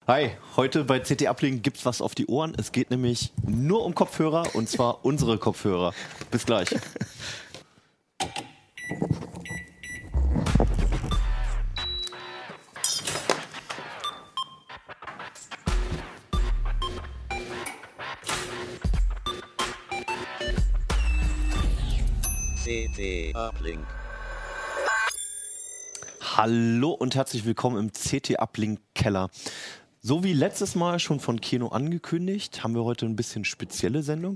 Hi, heute bei CT Uplink gibt's was auf die Ohren. Es geht nämlich nur um Kopfhörer und zwar unsere Kopfhörer. Bis gleich. CT Uplink. Hallo und herzlich willkommen im CT Uplink Keller. So wie letztes Mal schon von Keno angekündigt, haben wir heute ein bisschen spezielle Sendung.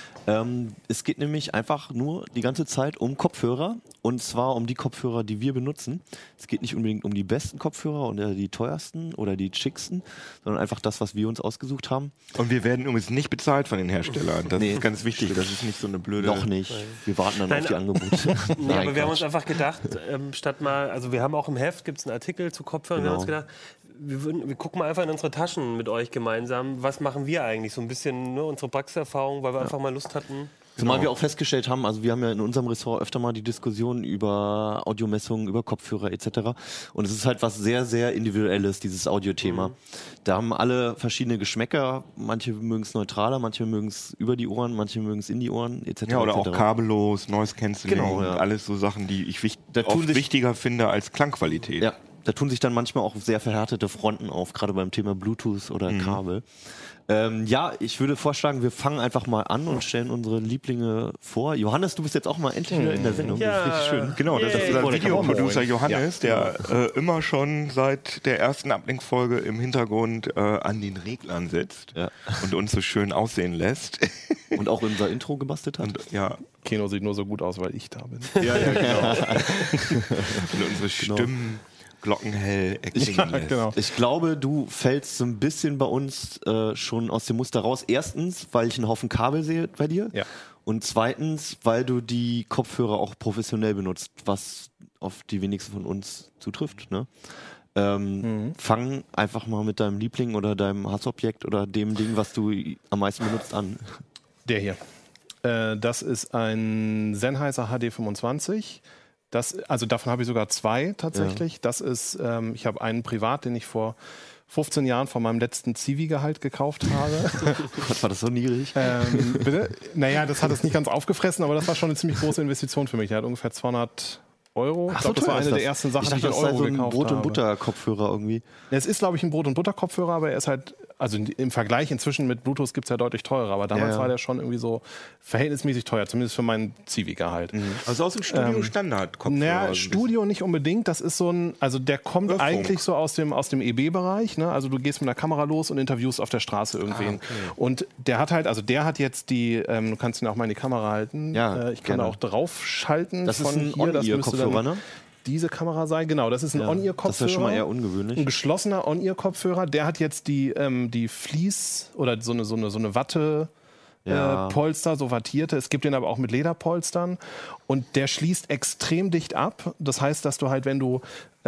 Es geht nämlich einfach nur die ganze Zeit um Kopfhörer und zwar um die Kopfhörer, die wir benutzen. Es geht nicht unbedingt um die besten Kopfhörer oder die teuersten oder die schicksten, sondern einfach das, was wir uns ausgesucht haben. Und wir werden übrigens nicht bezahlt von den Herstellern. Das ist ganz wichtig. Das ist nicht so eine blöde... Noch nicht. Wir warten dann auf die Angebote. Nee, aber wir haben uns einfach gedacht, statt mal, also wir haben auch im Heft, gibt es einen Artikel zu Kopfhörern, wir haben uns gedacht, wir gucken mal einfach in unsere Taschen mit euch gemeinsam, was machen wir eigentlich, so ein bisschen unsere Praxiserfahrung, weil wir einfach mal Lust hatten. Zumal wir auch festgestellt haben, also wir haben ja in unserem Ressort öfter mal die Diskussion über Audiomessungen, über Kopfhörer etc. Und es ist halt was sehr, sehr Individuelles, dieses Audiothema. Da haben alle verschiedene Geschmäcker, manche mögen es neutraler, manche mögen es über die Ohren, manche mögen es in die Ohren etc. Ja, oder auch kabellos, Noise Cancelling, Genau, ja. Alles so Sachen, die ich oft wichtiger finde als Klangqualität. Ja, da tun sich dann manchmal auch sehr verhärtete Fronten auf, gerade beim Thema Bluetooth oder Kabel. Ja, ich würde vorschlagen, wir fangen einfach mal an und stellen unsere Lieblinge vor. Johannes, du bist jetzt auch mal endlich wieder in der Sendung. Ja. Das ist richtig schön. Genau, das ist unser Videoproducer Johannes, der immer schon seit der ersten Uplink-Folge im Hintergrund an den Reglern sitzt und uns so schön aussehen lässt. Und auch unser Intro gebastelt hat. Und, ja. Keno sieht nur so gut aus, weil ich da bin. Ja, genau. Und unsere Stimmen glockenhell erklingen lässt. Genau. Ich glaube, du fällst so ein bisschen bei uns schon aus dem Muster raus. Erstens, weil ich einen Haufen Kabel sehe bei dir. Ja. Und zweitens, weil du die Kopfhörer auch professionell benutzt, was auf die wenigsten von uns zutrifft. Ne? Fang einfach mal mit deinem Liebling oder deinem Hassobjekt oder dem Ding, was du am meisten benutzt, an. Der hier. Das ist ein Sennheiser HD25. Also davon habe ich sogar zwei tatsächlich. Ja. Das ist, ich habe einen privat, den ich vor 15 Jahren von meinem letzten Zivi-Gehalt gekauft habe. Gott, war das so niedrig? Bitte? Naja, das hat es nicht ganz aufgefressen, aber das war schon eine ziemlich große Investition für mich. Der hat ungefähr 200 Euro. Ich glaube, das war eine der ersten Sachen, die ich in Euro gekauft habe. Das ist so ein Brot- und Butter-Kopfhörer irgendwie. Es ist, glaube ich, ein Brot- und Butter-Kopfhörer, aber er ist halt, also im Vergleich inzwischen mit Bluetooth gibt es ja deutlich teurer, aber damals war der schon irgendwie so verhältnismäßig teuer, zumindest für meinen Zivi-Gehalt. Also aus dem Studio-Standard-Kopfhörer. Naja, Studio nicht unbedingt, das ist so ein, also der kommt Hörfunk. Eigentlich so aus dem EB-Bereich, ne? Also du gehst mit einer Kamera los und interviewst auf der Straße irgendwen. Okay. Und der hat halt, also der hat jetzt die, du kannst ihn auch mal in die Kamera halten, ich kann da auch draufschalten. Das ist ein On-Ear-Kopfhörer, ne? Diese Kamera sein, genau, das ist ein On-Ear-Kopfhörer. Das ist ja schon mal eher ungewöhnlich. Ein geschlossener On-Ear-Kopfhörer, der hat jetzt die Vlies oder so eine Watte Polster, so wattierte. Es gibt den aber auch mit Lederpolstern und der schließt extrem dicht ab. Das heißt, dass du halt, wenn du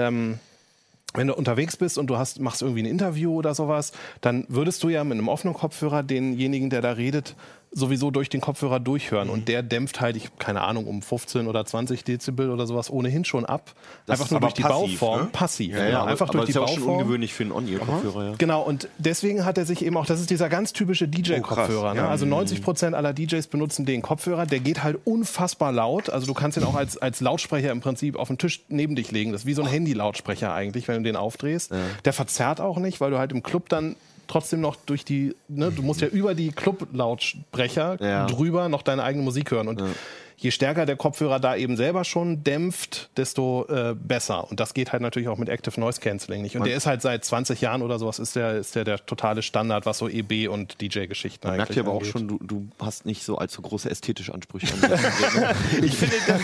unterwegs bist und du machst irgendwie ein Interview oder sowas, dann würdest du ja mit einem offenen Kopfhörer denjenigen, der da redet, sowieso durch den Kopfhörer durchhören. Und der dämpft halt, keine Ahnung, um 15 oder 20 Dezibel oder sowas ohnehin schon ab. Das einfach nur durch die passiv, Bauform. Ne? Passiv. Ja, genau. Einfach aber durch die das ist ja auch Bauform. schon ungewöhnlich für einen On-Ear-Kopfhörer. Ja. Genau, und deswegen hat er sich eben auch, das ist dieser ganz typische DJ-Kopfhörer. Ne? Also 90% aller DJs benutzen den Kopfhörer. Der geht halt unfassbar laut. Also du kannst den auch als Lautsprecher im Prinzip auf den Tisch neben dich legen. Das ist wie so ein Handy-Lautsprecher eigentlich, wenn du den aufdrehst. Ja. Der verzerrt auch nicht, weil du halt im Club dann trotzdem noch durch die, ne, du musst ja über die Club-Lautsprecher drüber noch deine eigene Musik hören. Und je stärker der Kopfhörer da eben selber schon dämpft, desto besser. Und das geht halt natürlich auch mit Active Noise Cancelling nicht. Und der ist halt seit 20 Jahren oder sowas ist der totale Standard, was so EB und DJ-Geschichten eigentlich merkt ja aber auch angeht. schon, du hast nicht so allzu große ästhetische Ansprüche. Ich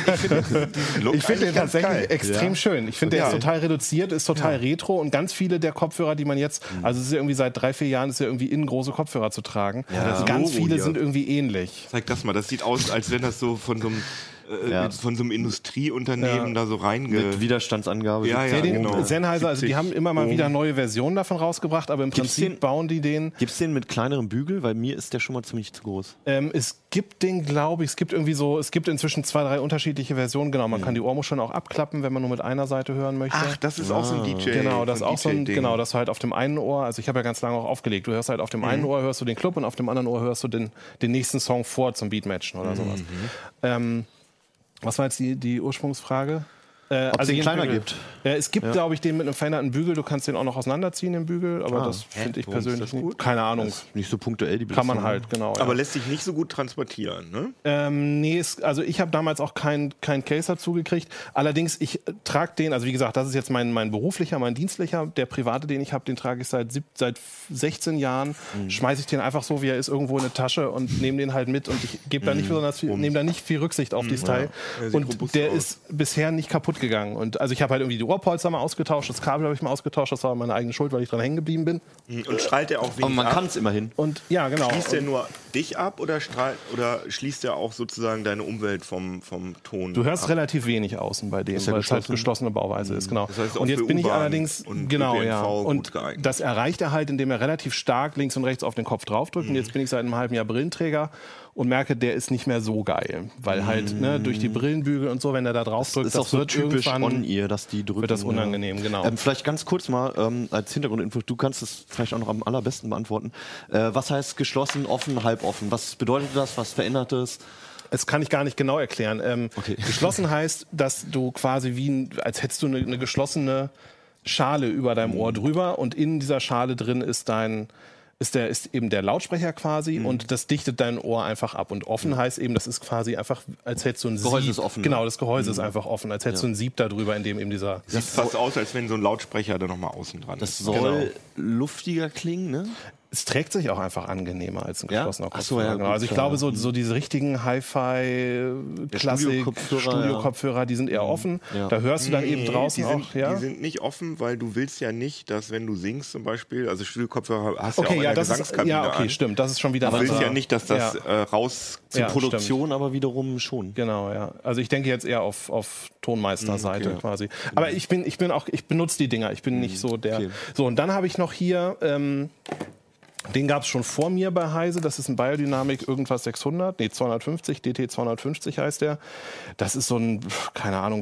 finde den tatsächlich extrem schön. Ich finde, der ist total reduziert, ist total retro und ganz viele der Kopfhörer, die man jetzt, also es ist ja irgendwie seit 3-4 Jahren, ist ja irgendwie in große Kopfhörer zu tragen. Ja, ganz viele sind irgendwie ähnlich. Zeig das mal, das sieht aus, als wenn das so von so einem von so einem Industrieunternehmen da so mit Widerstandsangabe. Genau. Sennheiser, also die haben immer mal wieder neue Versionen davon rausgebracht, aber im Prinzip bauen die den. Gibt es den mit kleinerem Bügel? Weil mir ist der schon mal ziemlich zu groß. Es gibt den, glaube ich, es gibt inzwischen 2, 3 unterschiedliche Versionen. Genau, man kann die Ohrmuscheln auch abklappen, wenn man nur mit einer Seite hören möchte. Ach, das ist auch so ein DJ. Genau, das ist auch so ein, das halt auf dem einen Ohr, also ich habe ja ganz lange auch aufgelegt, du hörst halt auf dem einen Ohr hörst du den Club und auf dem anderen Ohr hörst du den nächsten Song vor zum Beatmatchen oder sowas. Was war jetzt die Ursprungsfrage? Ob es den kleiner gibt? Es gibt, glaube ich, den mit einem veränderten Bügel. Du kannst den auch noch auseinanderziehen, den Bügel. Aber das finde ich persönlich nicht. Keine Ahnung. Das ist nicht so punktuell, die Kann man halt, genau. Aber lässt sich nicht so gut transportieren, ne? Nee, also ich habe damals auch kein Case dazu gekriegt. Allerdings, ich trage den, also wie gesagt, das ist jetzt mein beruflicher, mein dienstlicher. Der private, den ich habe, den trage ich seit 16 Jahren. Schmeiße ich den einfach so, wie er ist, irgendwo in eine Tasche und nehme den halt mit. Und ich gebe da nicht besonders viel, nehme da nicht viel Rücksicht auf dieses Teil. Und der ist bisher nicht kaputt gegangen. Und also ich habe halt irgendwie die Ohrpolster mal ausgetauscht, das Kabel habe ich mal ausgetauscht, das war meine eigene Schuld, weil ich dran hängen geblieben bin. Und strahlt der auch wenig ab? Aber man kann es immerhin. Und ja, genau. Schließt der nur dich ab oder schließt der auch sozusagen deine Umwelt vom Ton Du hörst ab? relativ wenig außen bei dem, weil es halt geschlossene Bauweise ist, genau. Das heißt, und jetzt bin ich allerdings, genau, ÖPNV und das erreicht er halt, indem er relativ stark links und rechts auf den Kopf draufdrückt. Und jetzt bin ich seit einem halben Jahr Brillenträger und merke, der ist nicht mehr so geil. Weil halt durch die Brillenbügel und so, wenn er da drauf drückt, das ist auch so typisch On-Ear, dass die drücken. Wird das unangenehm, genau. Vielleicht ganz kurz mal als Hintergrundinfo, du kannst es vielleicht auch noch am allerbesten beantworten. Was heißt geschlossen, offen, halboffen? Was bedeutet das? Was verändert es? Das kann ich gar nicht genau erklären. Geschlossen heißt, dass du quasi als hättest du eine geschlossene Schale über deinem Ohr drüber und in dieser Schale drin ist eben der Lautsprecher quasi und das dichtet dein Ohr einfach ab. Und offen heißt eben, das ist quasi einfach, als hättest du ein Sieb. Das Gehäuse ist offen. Genau, das Gehäuse ist einfach offen, als hättest du ein Sieb da drüber, in dem eben dieser... Sieht fast aus, als wenn so ein Lautsprecher da nochmal außen dran ist. Das soll luftiger klingen, ne? Es trägt sich auch einfach angenehmer als ein geschlossener Kopfhörer. So, ja, genau. Also ich glaube, so diese richtigen Hi-Fi-Klassik-Studio-Kopfhörer, die sind eher offen. Ja. Da hörst du dann eben draußen auch. Ja? Die sind nicht offen, weil du willst ja nicht, dass wenn du singst zum Beispiel, also Studio-Kopfhörer hast du ja auch in der Gesangskabine Ja, okay, stimmt. Das ist schon wieder du willst ja nicht, dass das raus... Zur Produktion aber wiederum schon. Genau, ja. Also ich denke jetzt eher auf Tonmeisterseite quasi. Aber ich benutze die Dinger. Ich bin nicht so der... Okay. So, und dann habe ich noch hier... den gab es schon vor mir bei Heise. Das ist ein Biodynamic irgendwas 250, DT 250 heißt der. Das ist so ein, keine Ahnung,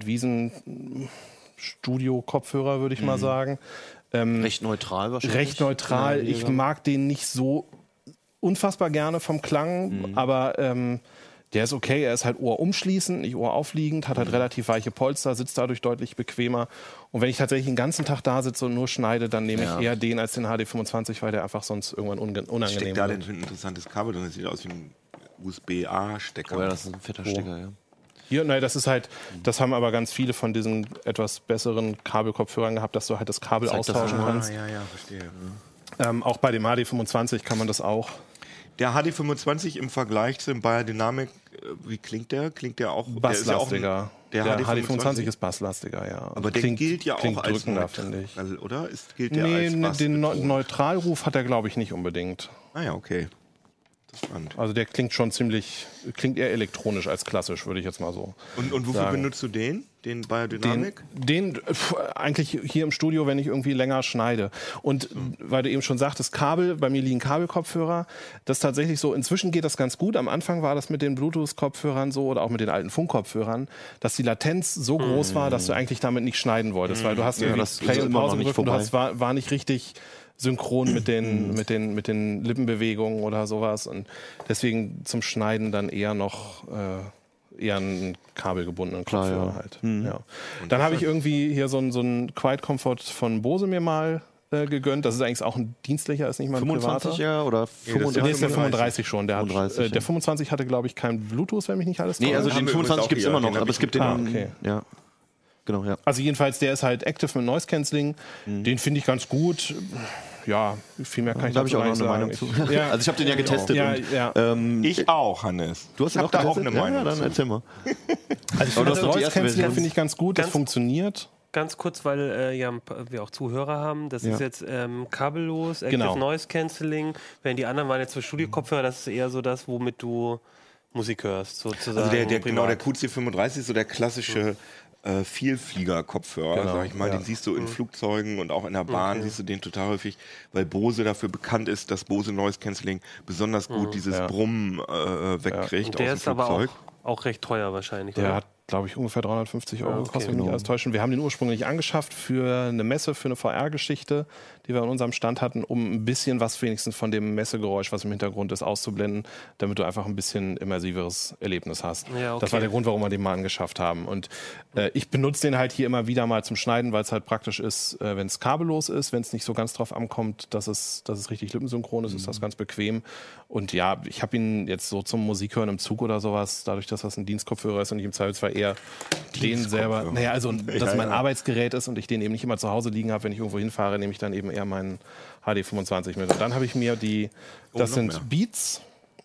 Feldweit-Wiesen-Studio-Kopfhörer, würde ich mal sagen. Recht neutral wahrscheinlich. Recht neutral. Ich mag den nicht so unfassbar gerne vom Klang, aber der ist okay. Er ist halt ohrumschließend, nicht ohraufliegend, hat halt relativ weiche Polster, sitzt dadurch deutlich bequemer. Und wenn ich tatsächlich den ganzen Tag da sitze und nur schneide, dann nehme ich eher den als den HD25, weil der einfach sonst irgendwann unangenehm ist. Steckt da denn für ein interessantes Kabel drin? Das sieht aus wie ein USB-A-Stecker. Oh ja, das ist ein fetter Stecker, ja. Hier, nein, das haben aber ganz viele von diesen etwas besseren Kabelkopfhörern gehabt, dass du halt das Kabel austauschen kannst. Ja, verstehe. Auch bei dem HD25 kann man das auch. Der HD25 im Vergleich zum Biodynamic, wie klingt der? Klingt der auch basslastiger? Der HD25 ist basslastiger, ja. Aber der gilt ja auch als drückender, finde ich. Oder? Gilt der als Bass? Den Neutralruf hat er, glaube ich, nicht unbedingt. Ah ja, okay. Spannend. Also der klingt klingt eher elektronisch als klassisch, würde ich jetzt mal so Und wofür sagen. benutzt du den Biodynamic? Den eigentlich hier im Studio, wenn ich irgendwie länger schneide. Und weil du eben schon sagtest, Kabel, bei mir liegen Kabelkopfhörer, das ist tatsächlich so, inzwischen geht das ganz gut. Am Anfang war das mit den Bluetooth-Kopfhörern so oder auch mit den alten Funkkopfhörern, dass die Latenz so groß war, dass du eigentlich damit nicht schneiden wolltest, weil du hast irgendwie das Play und Pause gedrückt und war nicht richtig synchron mit den Lippenbewegungen oder sowas und deswegen zum Schneiden dann eher einen kabelgebundenen Kopfhörer halt. Ja. Dann habe ich irgendwie hier so einen Quiet Comfort von Bose mir mal gegönnt. Das ist eigentlich auch ein dienstlicher, ist nicht mal ein 25er oder 35? Nee, ist der 35 schon. Der 35, der 25 hatte, glaube ich, kein Bluetooth, wenn mich nicht alles täuscht. Nee, also den 25 gibt es immer noch, aber es gibt den... okay. Ja. Genau, ja. Also jedenfalls, der ist halt active mit Noise Cancelling. Den finde ich ganz gut. Ja, viel mehr kann ich dazu nicht sagen. Also ich habe den ja getestet. Ich auch, Hannes. Du hast da auch eine Meinung. Ja, dann erzähl mal. Also ich finde das Noise Cancelling finde ich ganz gut. Das funktioniert. Ganz kurz, weil wir auch Zuhörer haben. Das ist jetzt kabellos, Active Noise Cancelling. Während die anderen waren jetzt für Studio-Kopfhörer, das ist eher so das, womit du Musik hörst, sozusagen. Also der QC35 ist so der klassische Vielflieger-Kopfhörer, sag ich mal. Den siehst du in Flugzeugen und auch in der Bahn siehst du den total häufig, weil Bose dafür bekannt ist, dass Bose Noise Cancelling besonders gut dieses Brummen wegkriegt und der aus dem Flugzeug. ist aber auch recht teuer wahrscheinlich. Der hat, glaube ich, ungefähr 350 Euro gekostet, wenn ich nicht alles täusche. Wir haben den ursprünglich angeschafft für eine Messe, für eine VR-Geschichte, die wir an unserem Stand hatten, um ein bisschen was wenigstens von dem Messegeräusch, was im Hintergrund ist, auszublenden, damit du einfach ein bisschen immersiveres Erlebnis hast. Ja, okay. Das war der Grund, warum wir den mal angeschafft haben. Und ich benutze den halt hier immer wieder mal zum Schneiden, weil es halt praktisch ist, wenn es kabellos ist, wenn es nicht so ganz drauf ankommt, dass es richtig lippensynchron ist, ist das ganz bequem. Und ja, ich habe ihn jetzt so zum Musikhören im Zug oder sowas, dadurch, dass das ein Dienstkopfhörer ist und ich im Zweifelsfall eher den selber, dass mein Arbeitsgerät ist und ich den eben nicht immer zu Hause liegen habe, wenn ich irgendwo hinfahre, nehme ich dann eben eher meinen HD25 mit. Und dann habe ich mir das sind Beats,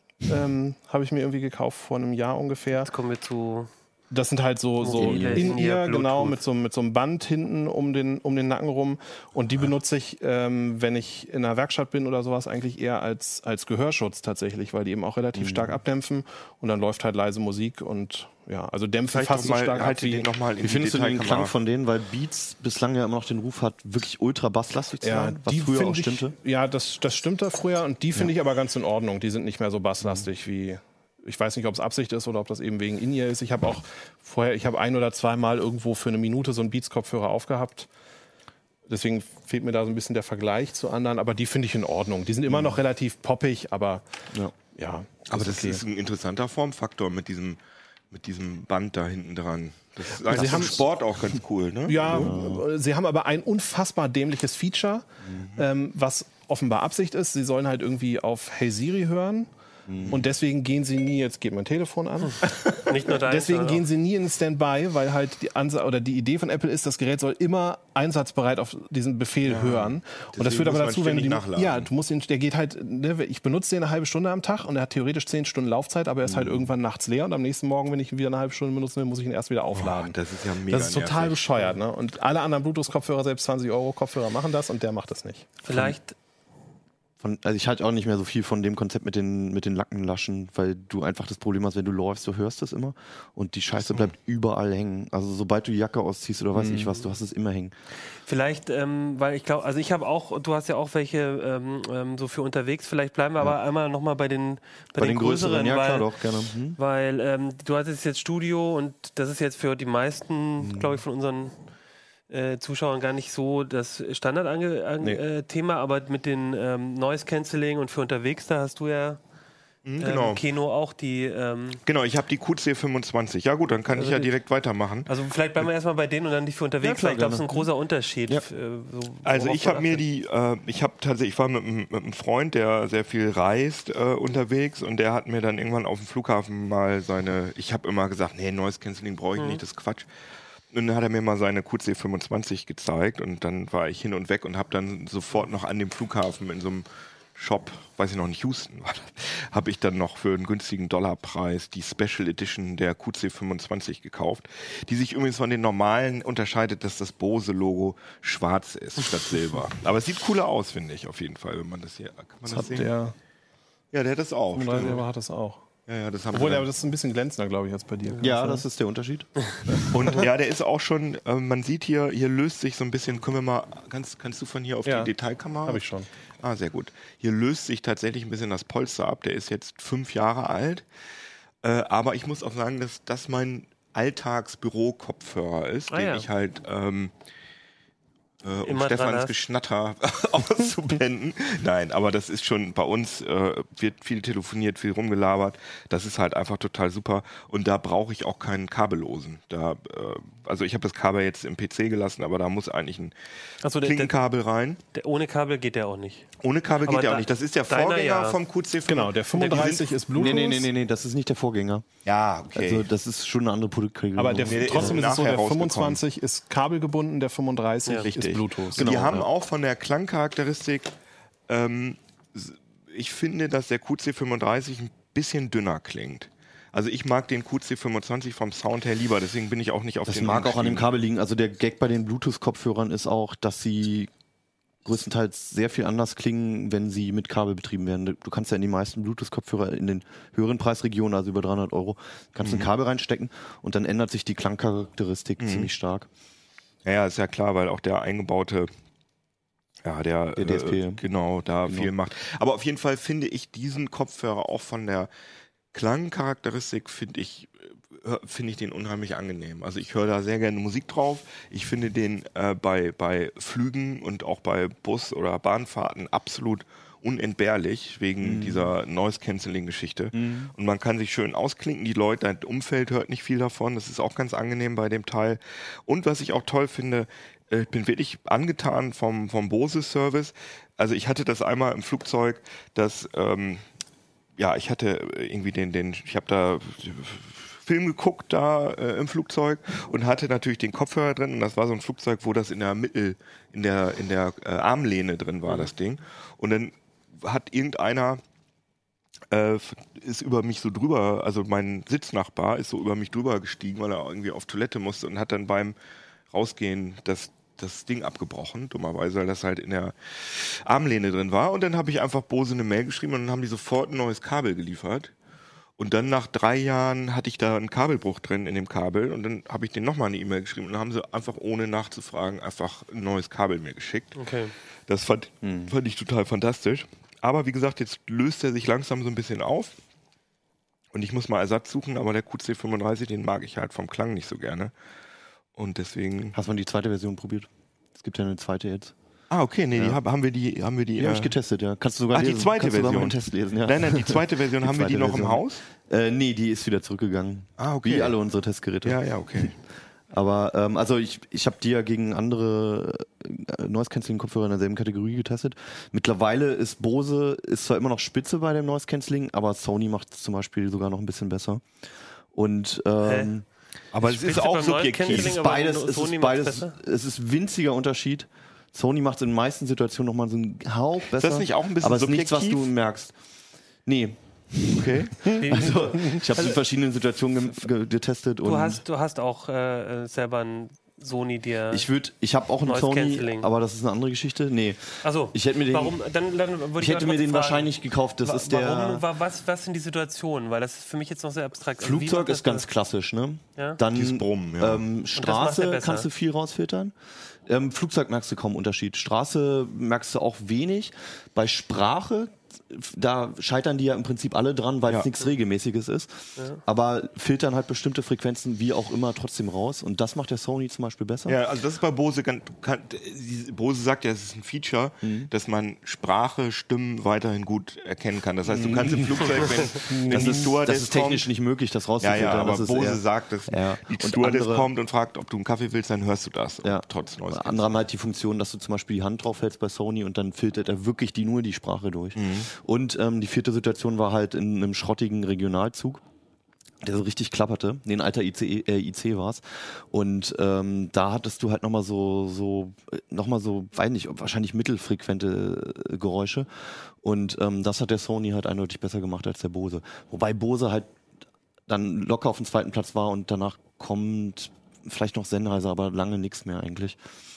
habe ich mir irgendwie gekauft vor einem Jahr ungefähr. Jetzt kommen wir zu... Das sind halt so In-Ear, genau, mit so einem Band hinten um den Nacken rum. Und die benutze ich, wenn ich in einer Werkstatt bin oder sowas, eigentlich eher als Gehörschutz tatsächlich, weil die eben auch relativ stark abdämpfen. Und dann läuft halt leise Musik und ja, also dämpfen fast so stark ab wie... Wie findest du den Klang von denen? Weil Beats bislang ja immer noch den Ruf hat, wirklich ultra basslastig zu sein, was früher auch stimmte. Ja, das stimmte früher und die finde ich aber ganz in Ordnung. Die sind nicht mehr so basslastig wie... Ich weiß nicht, ob es Absicht ist oder ob das eben wegen In-Ear ist. Ich habe auch ein- oder zweimal irgendwo für eine Minute so einen Beats-Kopfhörer aufgehabt. Deswegen fehlt mir da so ein bisschen der Vergleich zu anderen. Aber die finde ich in Ordnung. Die sind immer noch relativ poppig, aber ja. Aber das ist ein interessanter Formfaktor mit diesem Band da hinten dran. Das ist im Sport auch ganz cool, ne? Ja, sie haben aber ein unfassbar dämliches Feature, was offenbar Absicht ist. Sie sollen halt irgendwie auf Hey Siri hören. Und deswegen gehen sie nie, jetzt geht mein Telefon an, nicht nur deswegen gehen sie nie in Standby, weil halt die Idee von Apple ist, das Gerät soll immer einsatzbereit auf diesen Befehl hören. Und das führt aber dazu, wenn der geht halt, ich benutze den eine halbe Stunde am Tag und er hat theoretisch 10 Stunden Laufzeit, aber er ist halt irgendwann nachts leer und am nächsten Morgen, wenn ich ihn wieder eine halbe Stunde benutzen will, muss ich ihn erst wieder aufladen. Das ist ja mega Das ist total bescheuert, ne? Und alle anderen Bluetooth-Kopfhörer, selbst 20 Euro Kopfhörer machen das und der macht das nicht. Vielleicht... Also ich halte auch nicht mehr so viel von dem Konzept mit den Lackenlaschen, weil du einfach das Problem hast, wenn du läufst, du hörst es immer und die Scheiße bleibt überall hängen. Also sobald du die Jacke ausziehst oder weiß ich was, du hast es immer hängen. Vielleicht, weil ich glaube, also ich habe auch, du hast ja auch welche so für unterwegs, vielleicht bleiben wir aber einmal nochmal bei den größeren. Ja, klar, doch, gerne. Weil du hattest jetzt Studio und das ist jetzt für die meisten, glaube ich, von unseren Zuschauern gar nicht so das Standard-Thema, aber mit den Noise Cancelling und für unterwegs, da hast du ja Keno auch die... Genau, ich habe die QC25. Ja gut, dann kann ich ja direkt weitermachen. Also vielleicht bleiben wir erstmal bei denen und dann die für unterwegs. Ja, ich glaube, das ist ein großer Unterschied. Ja. Also ich habe mir ich war mit einem Freund, der sehr viel reist unterwegs und der hat mir dann irgendwann auf dem Flughafen mal ich habe immer gesagt, nee, Noise Cancelling brauche ich nicht, das ist Quatsch. Und dann hat er mir mal seine QC25 gezeigt und dann war ich hin und weg und habe dann sofort noch an dem Flughafen in so einem Shop, weiß ich noch nicht, Houston war das, habe ich dann noch für einen günstigen Dollarpreis die Special Edition der QC25 gekauft, die sich übrigens von den normalen unterscheidet, dass das Bose-Logo schwarz ist statt silber. Aber es sieht cooler aus, finde ich, auf jeden Fall, wenn man das hier... Kann man das sehen? Ja, der hat das auch. Der hat das auch. Ja, das Obwohl, aber das ist ein bisschen glänzender, glaube ich, als bei dir. Ja, das ist der Unterschied. Und ja, der ist auch schon, man sieht hier löst sich so ein bisschen, können wir mal, kannst du von hier auf die Detailkamera? Habe ich schon. Ah, sehr gut. Hier löst sich tatsächlich ein bisschen das Polster ab. Der ist jetzt 5 Jahre alt. Aber ich muss auch sagen, dass das mein Alltagsbüro-Kopfhörer ist, den ich halt... um Stefans Geschnatter auszublenden. Nein, aber das ist schon, bei uns wird viel telefoniert, viel rumgelabert. Das ist halt einfach total super. Und da brauche ich auch keinen kabellosen. Also ich habe das Kabel jetzt im PC gelassen, aber da muss eigentlich ein Klinkenkabel rein. Ohne Kabel geht der auch nicht. Ohne Kabel geht der auch nicht. Das ist der Vorgänger vom QC5. Genau, der 35 ist Bluetooth. Nee, das ist nicht der Vorgänger. Ja, okay. Also das ist schon eine andere Produktkategorie. Aber trotzdem ist es so, der 25 ist kabelgebunden, der 35 ist Bluetooth. Genau, die haben auch von der Klangcharakteristik, ich finde, dass der QC35 ein bisschen dünner klingt. Also ich mag den QC25 vom Sound her lieber, deswegen bin ich auch nicht auf den... Das mag auch an dem Kabel liegen. Also der Gag bei den Bluetooth-Kopfhörern ist auch, dass sie größtenteils sehr viel anders klingen, wenn sie mit Kabel betrieben werden. Du kannst ja in die meisten Bluetooth-Kopfhörer in den höheren Preisregionen, also über 300 €, kannst ein Kabel reinstecken und dann ändert sich die Klangcharakteristik ziemlich stark. Ja, ist ja klar, weil auch der eingebaute, der DSP. Genau, viel macht. Aber auf jeden Fall finde ich diesen Kopfhörer auch von der Klangcharakteristik finde ich den unheimlich angenehm. Also ich höre da sehr gerne Musik drauf. Ich finde den bei Flügen und auch bei Bus- oder Bahnfahrten absolut unentbehrlich wegen dieser Noise-Canceling-Geschichte. Und man kann sich schön ausklinken. Die Leute, dein Umfeld hört nicht viel davon. Das ist auch ganz angenehm bei dem Teil. Und was ich auch toll finde, ich bin wirklich angetan vom Bose-Service. Also ich hatte das einmal im Flugzeug, dass ich hatte irgendwie ich habe da Film geguckt da im Flugzeug und hatte natürlich den Kopfhörer drin und das war so ein Flugzeug, wo das in der Armlehne drin war, das Ding. Und dann hat irgendeiner ist über mich so drüber, also mein Sitznachbar ist so über mich drüber gestiegen, weil er irgendwie auf Toilette musste und hat dann beim Rausgehen das Ding abgebrochen, dummerweise, weil das halt in der Armlehne drin war. Und dann habe ich einfach Bose eine Mail geschrieben und dann haben die sofort ein neues Kabel geliefert. Und dann nach 3 Jahren hatte ich da einen Kabelbruch drin in dem Kabel und dann habe ich denen nochmal eine E-Mail geschrieben und dann haben sie einfach ohne nachzufragen einfach ein neues Kabel mir geschickt. Okay. Das fand ich total fantastisch. Aber wie gesagt, jetzt löst er sich langsam so ein bisschen auf und ich muss mal Ersatz suchen, aber der QC35, den mag ich halt vom Klang nicht so gerne. Und deswegen... Hast du mal die zweite Version probiert? Es gibt ja eine zweite jetzt. Ah, okay, nee, Ja. haben wir die. Die habe ich getestet, ja. Kannst du sogar die lesen. zweite Kannst du sogar mal Version. den Test lesen, ja. Nein, die zweite Version, haben wir die zweite noch im Version. Haus? Nee, die ist wieder zurückgegangen. Ah, okay. Wie alle unsere Testgeräte. Ja, okay. Aber also ich habe die ja gegen andere Noise-Canceling-Kopfhörer in derselben Kategorie getestet. Mittlerweile ist Bose zwar immer noch Spitze bei dem Noise-Canceling, aber Sony macht es zum Beispiel sogar noch ein bisschen besser. Und Aber es ist auch subjektiv. es ist beides, es ist winziger Unterschied. Sony macht es in den meisten Situationen nochmal so einen Hauch besser. Ist das nicht auch ein bisschen aber es ist subjektiv? nichts, was du merkst. Nee. Okay. Also, ich habe es in verschiedenen Situationen getestet. Du hast auch selber ein Sony dir. Ich habe auch einen Sony, aber das ist eine andere Geschichte. Nee. Also, ich hätte mir den, warum? Dann würde ich hätte mir den wahrscheinlich gekauft. Das ist der. Was sind die Situationen? Weil das ist für mich jetzt noch sehr abstrakt. Flugzeug ist ganz klassisch, ne? Ja? Dann Dieses Brummen, ja. Straße kannst du viel rausfiltern. Flugzeug merkst du kaum Unterschied. Straße merkst du auch wenig. Bei Sprache, da scheitern die ja im Prinzip alle dran, weil es nichts Regelmäßiges ist. Ja. Aber filtern halt bestimmte Frequenzen wie auch immer trotzdem raus. Und das macht der Sony zum Beispiel besser. Ja, also das ist bei Bose, Bose sagt ja, es ist ein Feature, dass man Sprache, Stimmen weiterhin gut erkennen kann. Das heißt, du kannst im Flugzeug, wenn die Stewardess das ist technisch nicht möglich, das rauszufiltern. Ja, aber das Bose sagt, dass die Stewardess kommt und fragt, ob du einen Kaffee willst, dann hörst du das. Ja. Trotz Neues. Andere haben halt die Funktion, dass du zum Beispiel die Hand drauf hältst bei Sony und dann filtert er wirklich nur die Sprache durch. Und die vierte Situation war halt in einem schrottigen Regionalzug, der so richtig klapperte. Nee, ein alter IC war es. Und da hattest du halt nochmal so, weiß nicht, wahrscheinlich mittelfrequente Geräusche. Und das hat der Sony halt eindeutig besser gemacht als der Bose. Wobei Bose halt dann locker auf dem 2. Platz war und danach kommt vielleicht noch Sennheiser, aber lange nichts mehr eigentlich.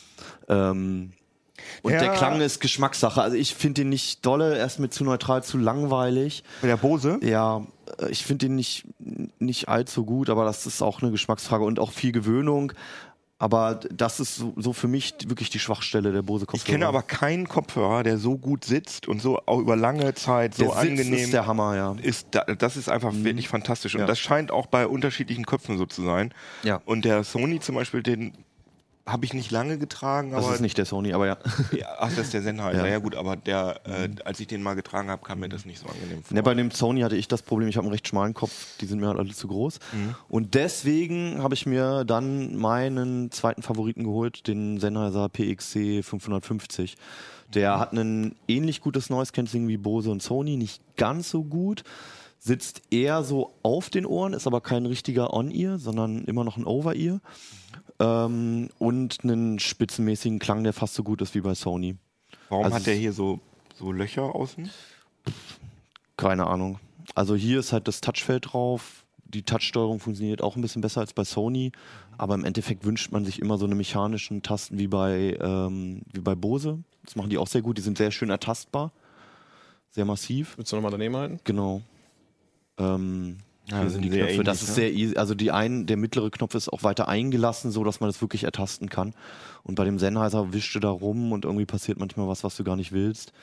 Und der Klang ist Geschmackssache. Also ich finde den nicht dolle, er ist mir zu neutral, zu langweilig. Der Bose? Ja, ich finde den nicht allzu gut, aber das ist auch eine Geschmacksfrage und auch viel Gewöhnung. Aber das ist so für mich wirklich die Schwachstelle der Bose Kopfhörer. Ich kenne aber keinen Kopfhörer, der so gut sitzt und so auch über lange Zeit so angenehm ist. Der Hammer, ja. Das ist einfach wirklich fantastisch. Und das scheint auch bei unterschiedlichen Köpfen so zu sein. Ja. Und der Sony zum Beispiel, den habe ich nicht lange getragen. Das ist nicht der Sony, aber ja. Ach, das ist der Sennheiser. Ja gut, aber als ich den mal getragen habe, kam mir das nicht so angenehm vor. Ne, bei dem Sony hatte ich das Problem, ich habe einen recht schmalen Kopf, die sind mir halt alle zu groß. Und deswegen habe ich mir dann meinen zweiten Favoriten geholt, den Sennheiser PXC 550. Der hat ein ähnlich gutes Noise Cancelling wie Bose und Sony, nicht ganz so gut. Sitzt eher so auf den Ohren, ist aber kein richtiger On-Ear, sondern immer noch ein Over-Ear. Und einen spitzenmäßigen Klang, der fast so gut ist wie bei Sony. Warum hat der hier so Löcher außen? Keine Ahnung. Also hier ist halt das Touchfeld drauf. die Touch-Steuerung funktioniert auch ein bisschen besser als bei Sony, aber im Endeffekt wünscht man sich immer so eine mechanischen Tasten wie bei Bose. Das machen die auch sehr gut, die sind sehr schön ertastbar, sehr massiv. Willst du nochmal daneben halten? Genau. Hier sind die Knöpfe, ähnlich, das ist sehr easy. Also der mittlere Knopf ist auch weiter eingelassen, so dass man das wirklich ertasten kann. Und bei dem Sennheiser wischst du da rum und irgendwie passiert manchmal was du gar nicht willst.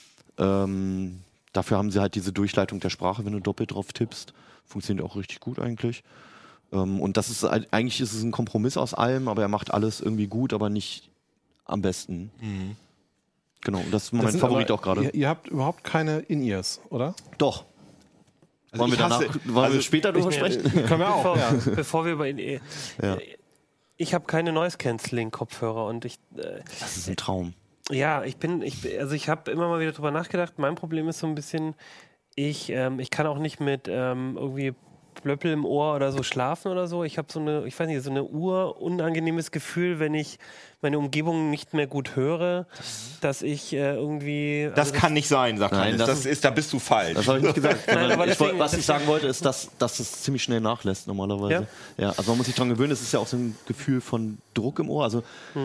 Dafür haben sie halt diese Durchleitung der Sprache, wenn du doppelt drauf tippst. Funktioniert auch richtig gut eigentlich. Und das ist eigentlich ist es ein Kompromiss aus allem, aber er macht alles irgendwie gut, aber nicht am besten. Mhm. Genau, und das ist mein Favorit auch gerade. Ihr habt überhaupt keine In-Ears, oder? Doch. Also wollen wir später darüber sprechen? Können wir auch. Bevor wir über ich habe keine Noise-Canceling-Kopfhörer und das ist ein Traum. Ja, ich habe immer mal wieder drüber nachgedacht. Mein Problem ist so ein bisschen, ich kann auch nicht mit irgendwie Blöppel im Ohr oder so schlafen oder so. Ich habe so eine unangenehmes Gefühl, wenn ich meine Umgebung nicht mehr gut höre, dass ich irgendwie... Das kann nicht sein, sagt man. Da bist du falsch. Das habe ich nicht gesagt. Was ich sagen wollte, ist, dass es ziemlich schnell nachlässt normalerweise. Ja, also man muss sich daran gewöhnen, es ist ja auch so ein Gefühl von Druck im Ohr. Also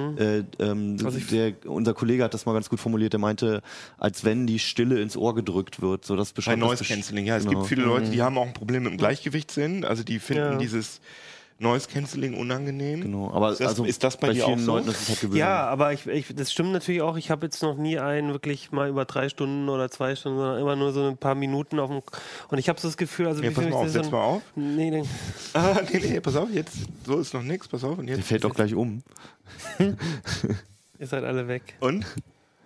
unser Kollege hat das mal ganz gut formuliert, der meinte, als wenn die Stille ins Ohr gedrückt wird. So, das bei Noise Cancelling, ja. Es gibt viele Leute, die haben auch ein Problem mit dem Gleichgewichtssinn. Also die finden dieses Noise Cancelling unangenehm. Genau, aber ist das bei dir auch so? Leuten, das ist halt ja, aber das stimmt natürlich auch. Ich habe jetzt noch nie wirklich mal über 3 Stunden oder 2 Stunden, sondern immer nur so ein paar Minuten und ich habe so das Gefühl, also pass mal auf, setz mal auf. Nee, pass auf, jetzt so ist noch nichts, pass auf. Und jetzt der fällt doch gleich um. Ihr seid alle weg. Und? Ist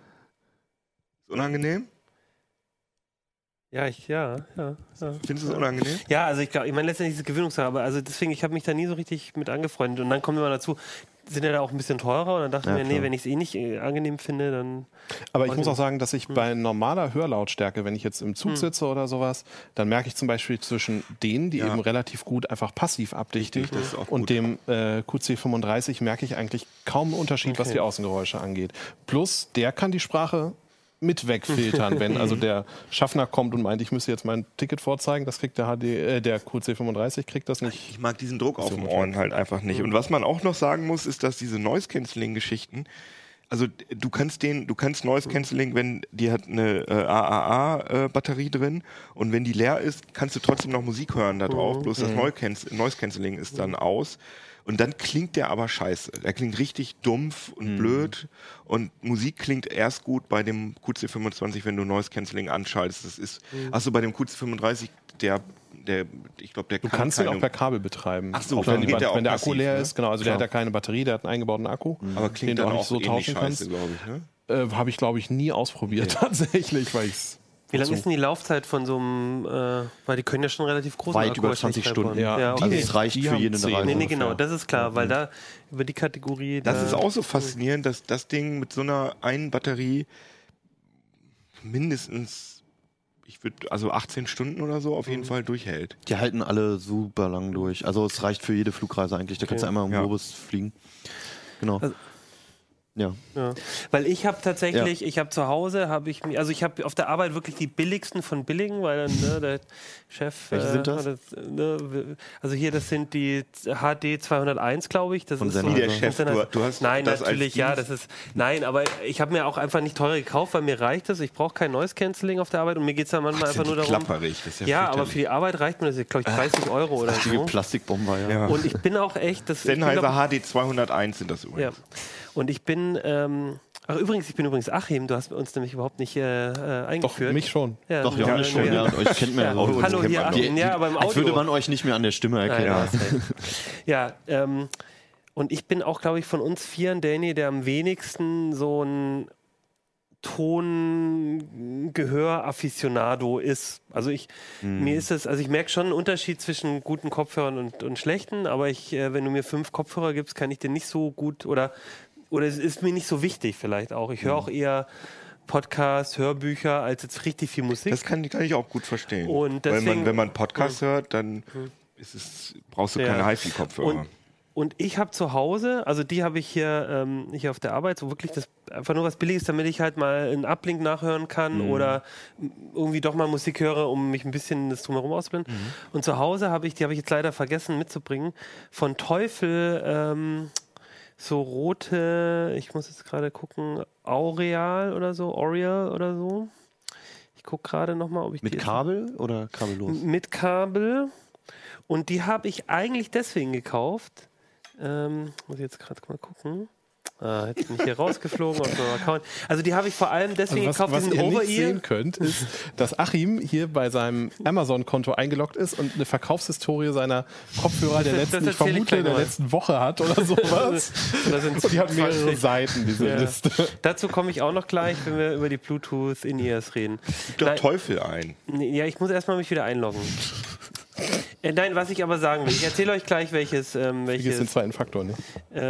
unangenehm? Ja. Findest du es unangenehm? Ja, also ich meine letztendlich ist es Gewöhnungssache, aber also deswegen, ich habe mich da nie so richtig mit angefreundet. Und dann kommen wir mal dazu, sind ja da auch ein bisschen teurer und dann dachte ich mir, wenn ich es nicht angenehm finde, dann... Aber ich muss auch sagen, dass ich bei normaler Hörlautstärke, wenn ich jetzt im Zug sitze oder sowas, dann merke ich zum Beispiel zwischen denen, die eben relativ gut einfach passiv abdichten, und dem QC35 merke ich eigentlich kaum einen Unterschied, was die Außengeräusche angeht. Plus, der kann die Sprache mit wegfiltern, wenn also der Schaffner kommt und meint, ich müsste jetzt mein Ticket vorzeigen, das kriegt der QC35 kriegt das nicht. Ich mag diesen Druck auf den Ohren halt einfach nicht. Und was man auch noch sagen muss, ist, dass diese Noise-Canceling-Geschichten, also du kannst Noise Cancelling, wenn die hat eine AAA-Batterie drin und wenn die leer ist, kannst du trotzdem noch Musik hören da drauf, bloß das Noise Cancelling ist dann aus. Und dann klingt der aber scheiße. Der klingt richtig dumpf und blöd. Und Musik klingt erst gut bei dem QC25, wenn du Noise Cancelling anschaltest. Das ist, hast du bei dem QC35, ich glaube, der kann. Du kannst den auch per Kabel betreiben. Ach so, wenn der Akku leer ist. Genau, also der hat ja keine Batterie, der hat einen eingebauten Akku. Aber klingt dann auch nicht so tauschen scheiße, glaube ich, ne? Habe ich, glaube ich, nie ausprobiert tatsächlich, weil ich's. Wie lange ist denn die Laufzeit von so einem, weil die können ja schon relativ groß sein. Weit über 20 Stunden. Ja, okay. Also es reicht für jede Reise. Nee, genau, das ist klar, weil da über die Kategorie... Das ist auch so faszinierend, dass das Ding mit so einer einen Batterie mindestens, 18 Stunden oder so auf jeden Fall durchhält. Die halten alle super lang durch. Also es reicht für jede Flugreise eigentlich. Da kannst du einmal im Globus fliegen. Genau. Also, ja. Weil ich habe tatsächlich, ich habe zu Hause, ich habe auf der Arbeit wirklich die billigsten von billigen, weil dann der Chef... Welche sind das? Also hier, das sind die HD 201, glaube ich. Das von ist Sennheiser. Wie der Chef, du hast nein, das natürlich, aber ich habe mir auch einfach nicht teurer gekauft, weil mir reicht das. Ich brauche kein Noise Cancelling auf der Arbeit und mir geht es dann manchmal einfach nur darum... Klapperig, das ist ja aber für die Arbeit reicht mir das, glaube ich, 30 Euro oder so. Wie Plastikbomber, ja. Und ich bin auch echt... Sennheiser HD 201 sind das übrigens. Ja. Und ich bin ich bin übrigens Achim, du hast uns nämlich überhaupt nicht eingeführt. Doch, mich schon. Ja, doch, ja, schon. Ja. Und euch kennt man ja. Hallo, hier Achim. Aber im Audio. Als würde man euch nicht mehr an der Stimme erkennen. Nein, und ich bin auch, glaube ich, von uns Vieren derjenige, der am wenigsten so ein Ton-Gehör-Afficionado ist. Also mir ist es, ich merke schon einen Unterschied zwischen guten Kopfhörern und schlechten, aber wenn du mir 5 Kopfhörer gibst, kann ich den nicht so gut oder es ist mir nicht so wichtig vielleicht auch. Ich höre auch eher Podcasts, Hörbücher als jetzt richtig viel Musik. Das kann ich auch gut verstehen. Und deswegen, wenn man Podcasts hört, dann brauchst du keine HiFi-Kopfhörer. Und ich habe zu Hause, also die habe ich hier auf der Arbeit, so wirklich einfach nur was Billiges, damit ich halt mal einen Uplink nachhören kann oder irgendwie doch mal Musik höre, um mich ein bisschen das Drumherum auszublenden. Und zu Hause die habe ich jetzt leider vergessen mitzubringen, von Teufel so rote, ich muss jetzt gerade gucken, Aureal oder so. Ich gucke gerade nochmal, ob ich mit Kabel oder kabellos? Mit Kabel. Und die habe ich eigentlich deswegen gekauft. Muss ich jetzt gerade mal gucken. Jetzt bin ich hier rausgeflogen aus meinem Account. Also die habe ich vor allem deswegen gekauft, was diesen ihr Over-Ear. nicht sehen könnt, ist, dass Achim hier bei seinem Amazon-Konto eingeloggt ist und eine Verkaufshistorie seiner Kopfhörer der letzten Woche hat oder sowas. Und die hat mehrere Seiten, diese Liste. Dazu komme ich auch noch gleich, wenn wir über die Bluetooth In-Ears reden. Gib doch Teufel ein. Ja, ich muss erstmal mich wieder einloggen. Nein, was ich aber sagen will, ich erzähle euch gleich, welches den zweiten Faktor, ne?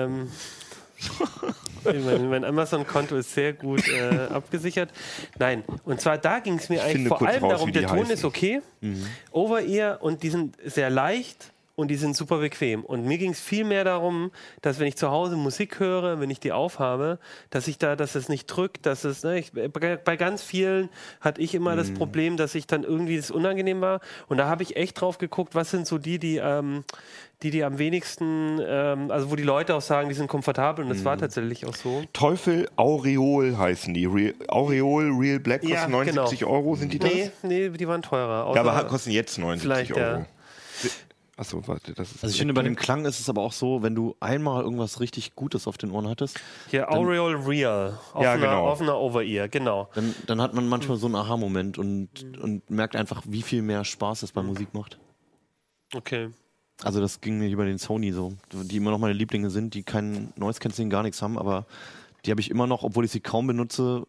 Mein Amazon-Konto ist sehr gut abgesichert. Nein, und zwar da ging es mir eigentlich vor allem darum, der Ton ist okay, Over-Ear und die sind sehr leicht und die sind super bequem. Und mir ging es viel mehr darum, dass wenn ich zu Hause Musik höre, wenn ich die aufhabe, dass es nicht drückt, dass es, bei ganz vielen hatte ich immer das Problem, dass ich dann irgendwie das unangenehm war. Und da habe ich echt drauf geguckt, was sind so die am wenigsten, also wo die Leute auch sagen, die sind komfortabel und das war tatsächlich auch so. Teufel Aureol heißen die. Aureol Real Black kosten 79 Euro, sind die das? Nee, die waren teurer. Ja, aber kosten jetzt 79 Euro. Ja. Achso, warte, das ist. Also ich finde, bei dem Klang ist es aber auch so, wenn du einmal irgendwas richtig Gutes auf den Ohren hattest. Hier, Aureol Real. Auf einer Over-Ear, genau. Dann hat man manchmal so einen Aha-Moment und merkt einfach, wie viel mehr Spaß es bei Musik macht. Okay. Also das ging mir über den Sony so, die immer noch meine Lieblinge sind, die kein Noise Cancelling, gar nichts haben, aber die habe ich immer noch, obwohl ich sie kaum benutze,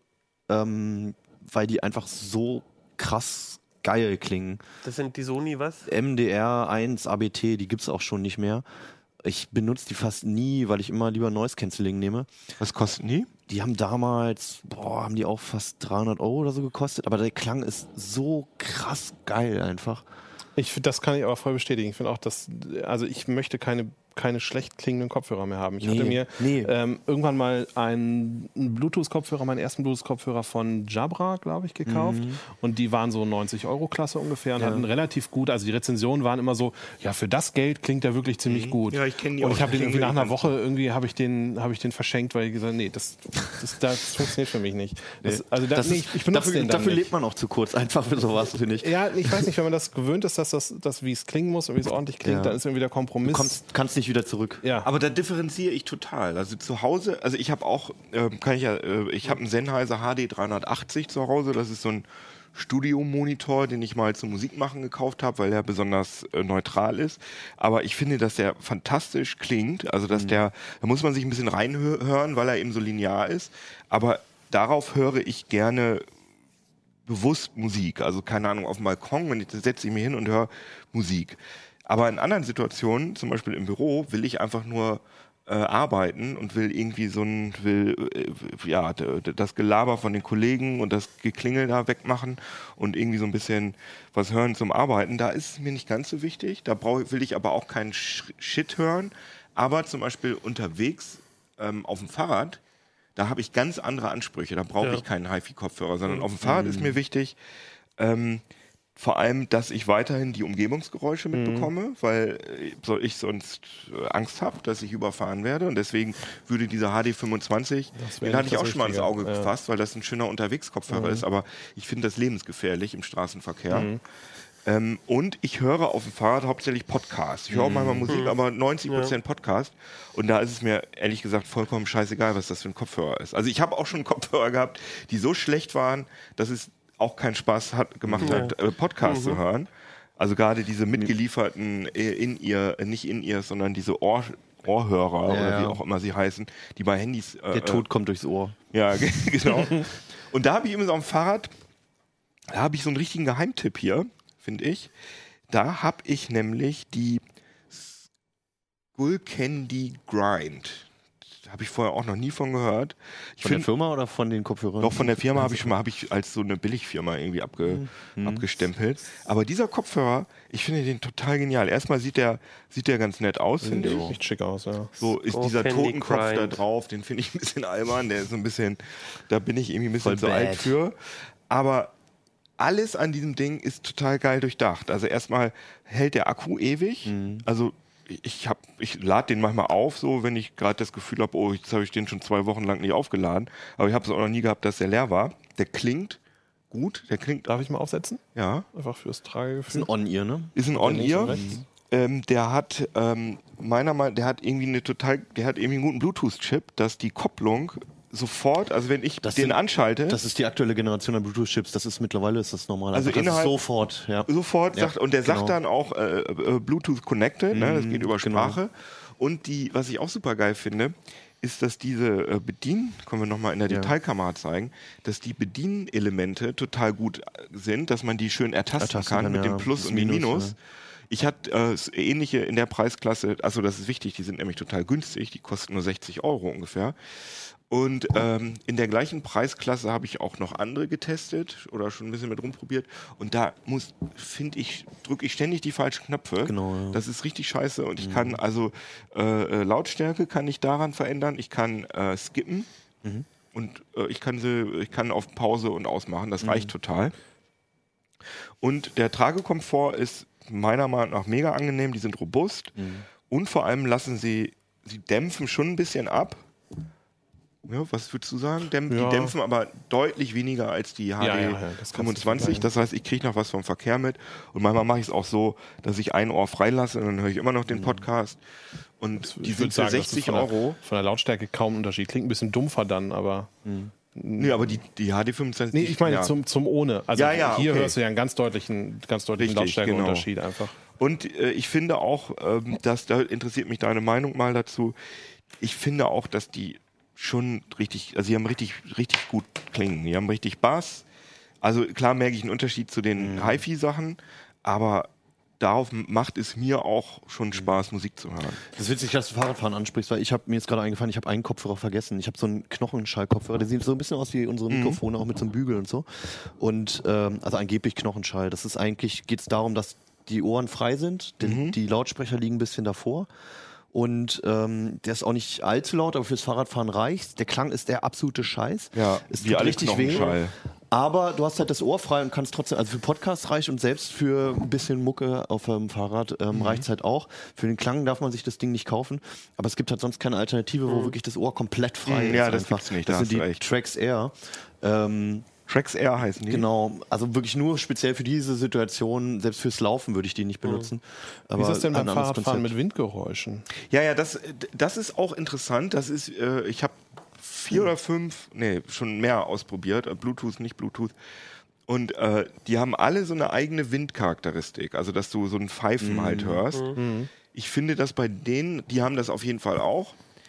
weil die einfach so krass geil klingen. Das sind die Sony was? MDR1 ABT, die gibt es auch schon nicht mehr. Ich benutze die fast nie, weil ich immer lieber Noise Cancelling nehme. Was kosten die? Die haben damals, haben die auch fast 300 Euro oder so gekostet, aber der Klang ist so krass geil einfach. Das kann ich aber voll bestätigen. Ich finde auch, also ich möchte keine schlecht klingenden Kopfhörer mehr haben. Ich hatte mir irgendwann mal einen Bluetooth-Kopfhörer, meinen ersten Bluetooth-Kopfhörer von Jabra, glaube ich, gekauft. Und die waren so 90 Euro Klasse ungefähr und hatten relativ gut, also die Rezensionen waren immer so, ja, für das Geld klingt der wirklich ziemlich gut. Ja, ich kenne die und auch. ich habe den irgendwie nach einer Woche habe ich den verschenkt, weil ich gesagt habe, nee, das funktioniert für mich nicht. Ich benutze den dann dafür nicht. lebt man auch zu kurz, einfach für sowas, finde ich. Ja, ich weiß nicht, wenn man das gewöhnt ist, dass das wie es klingen muss und wie es ordentlich klingt, dann ist irgendwie der Kompromiss. Du kannst nicht wieder zurück. Ja. Aber da differenziere ich total. Also zu Hause, also ich habe auch, ich habe einen Sennheiser HD 380 zu Hause. Das ist so ein Studio-Monitor, den ich mal zum Musikmachen gekauft habe, weil der besonders neutral ist. Aber ich finde, dass der fantastisch klingt. Also dass da muss man sich ein bisschen reinhören, weil er eben so linear ist. Aber darauf höre ich gerne bewusst Musik. Also keine Ahnung, auf dem Balkon, setze ich mich hin und höre Musik. Aber in anderen Situationen, zum Beispiel im Büro, will ich einfach nur arbeiten und will irgendwie das Gelaber von den Kollegen und das Geklingel da wegmachen und irgendwie so ein bisschen was hören zum Arbeiten. Da ist es mir nicht ganz so wichtig. Da will ich aber auch keinen Shit hören. Aber zum Beispiel unterwegs auf dem Fahrrad, da habe ich ganz andere Ansprüche. Da brauche ich keinen HiFi-Kopfhörer, sondern auf dem Fahrrad ist mir wichtig, vor allem, dass ich weiterhin die Umgebungsgeräusche mitbekomme, weil ich sonst Angst habe, dass ich überfahren werde. Und deswegen würde dieser HD25, den hatte ich auch schon mal ins Auge gefasst, weil das ein schöner Unterwegskopfhörer ist. Aber ich finde das lebensgefährlich im Straßenverkehr. Und ich höre auf dem Fahrrad hauptsächlich Podcasts. Ich höre auch manchmal Musik, aber 90% Podcast. Und da ist es mir ehrlich gesagt vollkommen scheißegal, was das für ein Kopfhörer ist. Also ich habe auch schon Kopfhörer gehabt, die so schlecht waren, dass es auch keinen Spaß gemacht hat, Podcasts zu hören. Also gerade diese mitgelieferten nicht In-Ears, sondern diese Ohrhörer oder wie auch immer sie heißen, die bei Handys... Der Tod kommt durchs Ohr. Ja, genau. Und da habe ich immer so am Fahrrad, da habe ich so einen richtigen Geheimtipp hier, finde ich. Da habe ich nämlich die Skullcandy Grind. habe ich vorher auch noch nie von gehört. Von der Firma oder von den Kopfhörern? Doch, von der Firma habe ich als so eine Billigfirma irgendwie abgestempelt. Aber dieser Kopfhörer, ich finde den total genial. Erstmal sieht der ganz nett aus, finde ich. Sieht schick aus, ja. So ist dieser Totenkopf da drauf, den finde ich ein bisschen albern. Der ist so ein bisschen, da bin ich irgendwie ein bisschen zu alt für. Aber alles an diesem Ding ist total geil durchdacht. Also erstmal hält der Akku ewig. Also ich lade den manchmal auf, so wenn ich gerade das Gefühl habe, oh, jetzt habe ich den schon 2 Wochen lang nicht aufgeladen. Aber ich habe es auch noch nie gehabt, dass der leer war. Der klingt gut. Darf ich mal aufsetzen? Ja. Einfach fürs Tragegefühl. Ist ein On-Ear, ne? Ist ein On-Ear. Der hat meiner Meinung nach, der hat irgendwie einen guten Bluetooth-Chip, dass die Kopplung sofort, also wenn ich den anschalte. Das ist die aktuelle Generation an Bluetooth-Chips. Mittlerweile ist das normal. Also innerhalb sofort, ja. Sofort sagt, und der sagt dann auch Bluetooth Connected, ne, das geht über Sprache. Und was ich auch super geil finde, ist, dass diese können wir nochmal in der Detailkamera zeigen, dass die Bedienelemente total gut sind, dass man die schön ertasten kann mit dem Plus und dem Minus. Ja. Ich hatte ähnliche in der Preisklasse, also das ist wichtig, die sind nämlich total günstig, die kosten nur 60 € ungefähr. Und in der gleichen Preisklasse habe ich auch noch andere getestet oder schon ein bisschen mit rumprobiert. Und da drücke ich ständig die falschen Knöpfe. Genau, ja. Das ist richtig scheiße. Und ich kann Lautstärke kann ich daran verändern. Ich kann skippen und ich kann auf Pause und ausmachen. Das reicht total. Und der Tragekomfort ist meiner Meinung nach mega angenehm. Die sind robust und vor allem sie dämpfen schon ein bisschen ab. Ja, was würdest du sagen? Die dämpfen aber deutlich weniger als die HD 25. Das heißt, ich kriege noch was vom Verkehr mit. Und manchmal mache ich es auch so, dass ich ein Ohr freilasse und dann höre ich immer noch den Podcast. Und die sind für 60 €. Von der Lautstärke kaum Unterschied. Klingt ein bisschen dumpfer dann, aber... Nee, aber die HD 25... Nee, ich meine zum ohne. Also hier okay. hörst du ja einen ganz deutlichen Lautstärkeunterschied einfach. Und ich finde auch, da interessiert mich deine Meinung mal dazu, ich finde auch, dass die schon richtig, also die haben richtig gut klingen. Die haben richtig Bass. Also klar merke ich einen Unterschied zu den Hi-Fi-Sachen, aber darauf macht es mir auch schon Spaß, Musik zu hören. Das ist witzig, dass du Fahrradfahren ansprichst, weil mir jetzt gerade eingefallen, ich habe einen Kopfhörer vergessen. Ich habe so einen Knochenschall-Kopfhörer, der sieht so ein bisschen aus wie unsere Mikrofone, auch mit so einem Bügel und so. Und also angeblich Knochenschall. Das ist eigentlich, geht es darum, dass die Ohren frei sind, die Lautsprecher liegen ein bisschen davor. Und der ist auch nicht allzu laut, aber fürs Fahrradfahren reicht. Der Klang ist der absolute Scheiß. Ja, es tut richtig weh. Aber du hast halt das Ohr frei und kannst trotzdem, also für Podcasts reicht und selbst für ein bisschen Mucke auf dem Fahrrad reicht es halt auch. Für den Klang darf man sich das Ding nicht kaufen. Aber es gibt halt sonst keine Alternative, wo wirklich das Ohr komplett frei ist. Ja, das gibt's nicht. Das sind die Trax Air. Trax Air heißen die? Genau, also wirklich nur speziell für diese Situation, selbst fürs Laufen würde ich die nicht benutzen. Aber wie ist das denn beim Fahrradfahren mit Windgeräuschen? Ja, das ist auch interessant. Das ist, ich habe 4 oder 5, schon mehr ausprobiert, Bluetooth, nicht Bluetooth. Und die haben alle so eine eigene Windcharakteristik, also dass du so ein Pfeifen halt hörst. Ich finde das bei denen, die haben das auf jeden Fall auch.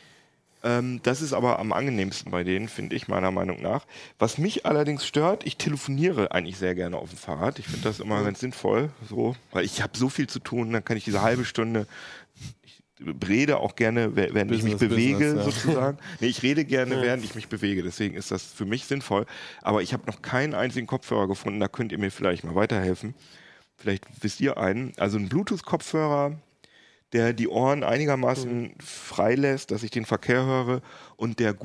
Das ist aber am angenehmsten bei denen, finde ich, meiner Meinung nach. Was mich allerdings stört, ich telefoniere eigentlich sehr gerne auf dem Fahrrad. Ich finde das immer ganz sinnvoll, so, weil ich habe so viel zu tun, dann kann ich diese halbe Stunde, ich rede auch gerne, während ich mich bewege, sozusagen. Nee, ich rede gerne, während ich mich bewege, deswegen ist das für mich sinnvoll. Aber ich habe noch keinen einzigen Kopfhörer gefunden, da könnt ihr mir vielleicht mal weiterhelfen. Vielleicht wisst ihr einen. Also ein Bluetooth-Kopfhörer, der die Ohren einigermaßen freilässt, dass ich den Verkehr höre und der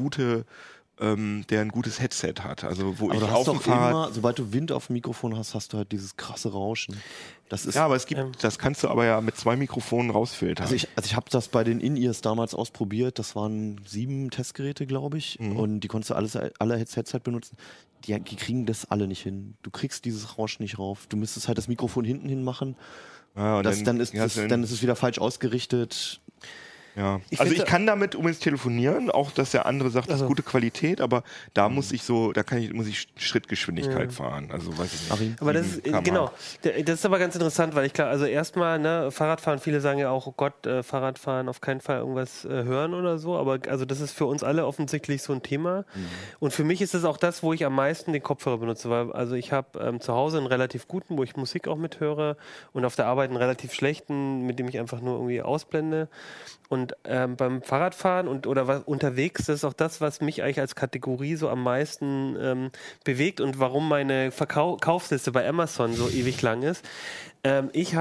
ein gutes Headset hat. Also wo ich auf dem Fahrrad immer, sobald du Wind auf dem Mikrofon hast, hast du halt dieses krasse Rauschen. Das ist, ja, aber das kannst du aber ja mit 2 Mikrofonen rausfiltern. Also ich habe das bei den In-Ears damals ausprobiert. Das waren 7 Testgeräte, glaube ich. Und die konntest du alle Headsets halt benutzen. Die kriegen das alle nicht hin. Du kriegst dieses Rauschen nicht rauf. Du müsstest halt das Mikrofon hinten hin machen. Ja, dann ist es wieder falsch ausgerichtet. Ja. Ich kann damit übrigens telefonieren, auch dass der andere sagt, das ist gute Qualität, aber da muss ich Schrittgeschwindigkeit fahren. Also weiß ich nicht. Aber das ist das ist aber ganz interessant, weil also erstmal, Fahrradfahren, viele sagen ja auch, oh Gott, Fahrradfahren, auf keinen Fall irgendwas hören oder so, aber also das ist für uns alle offensichtlich so ein Thema. Und für mich ist es auch das, wo ich am meisten den Kopfhörer benutze, weil also ich habe zu Hause einen relativ guten, wo ich Musik auch mithöre und auf der Arbeit einen relativ schlechten, mit dem ich einfach nur irgendwie ausblende. Und Und beim Fahrradfahren oder unterwegs, das ist auch das, was mich eigentlich als Kategorie so am meisten bewegt und warum meine Kaufliste bei Amazon so ewig lang ist. Ich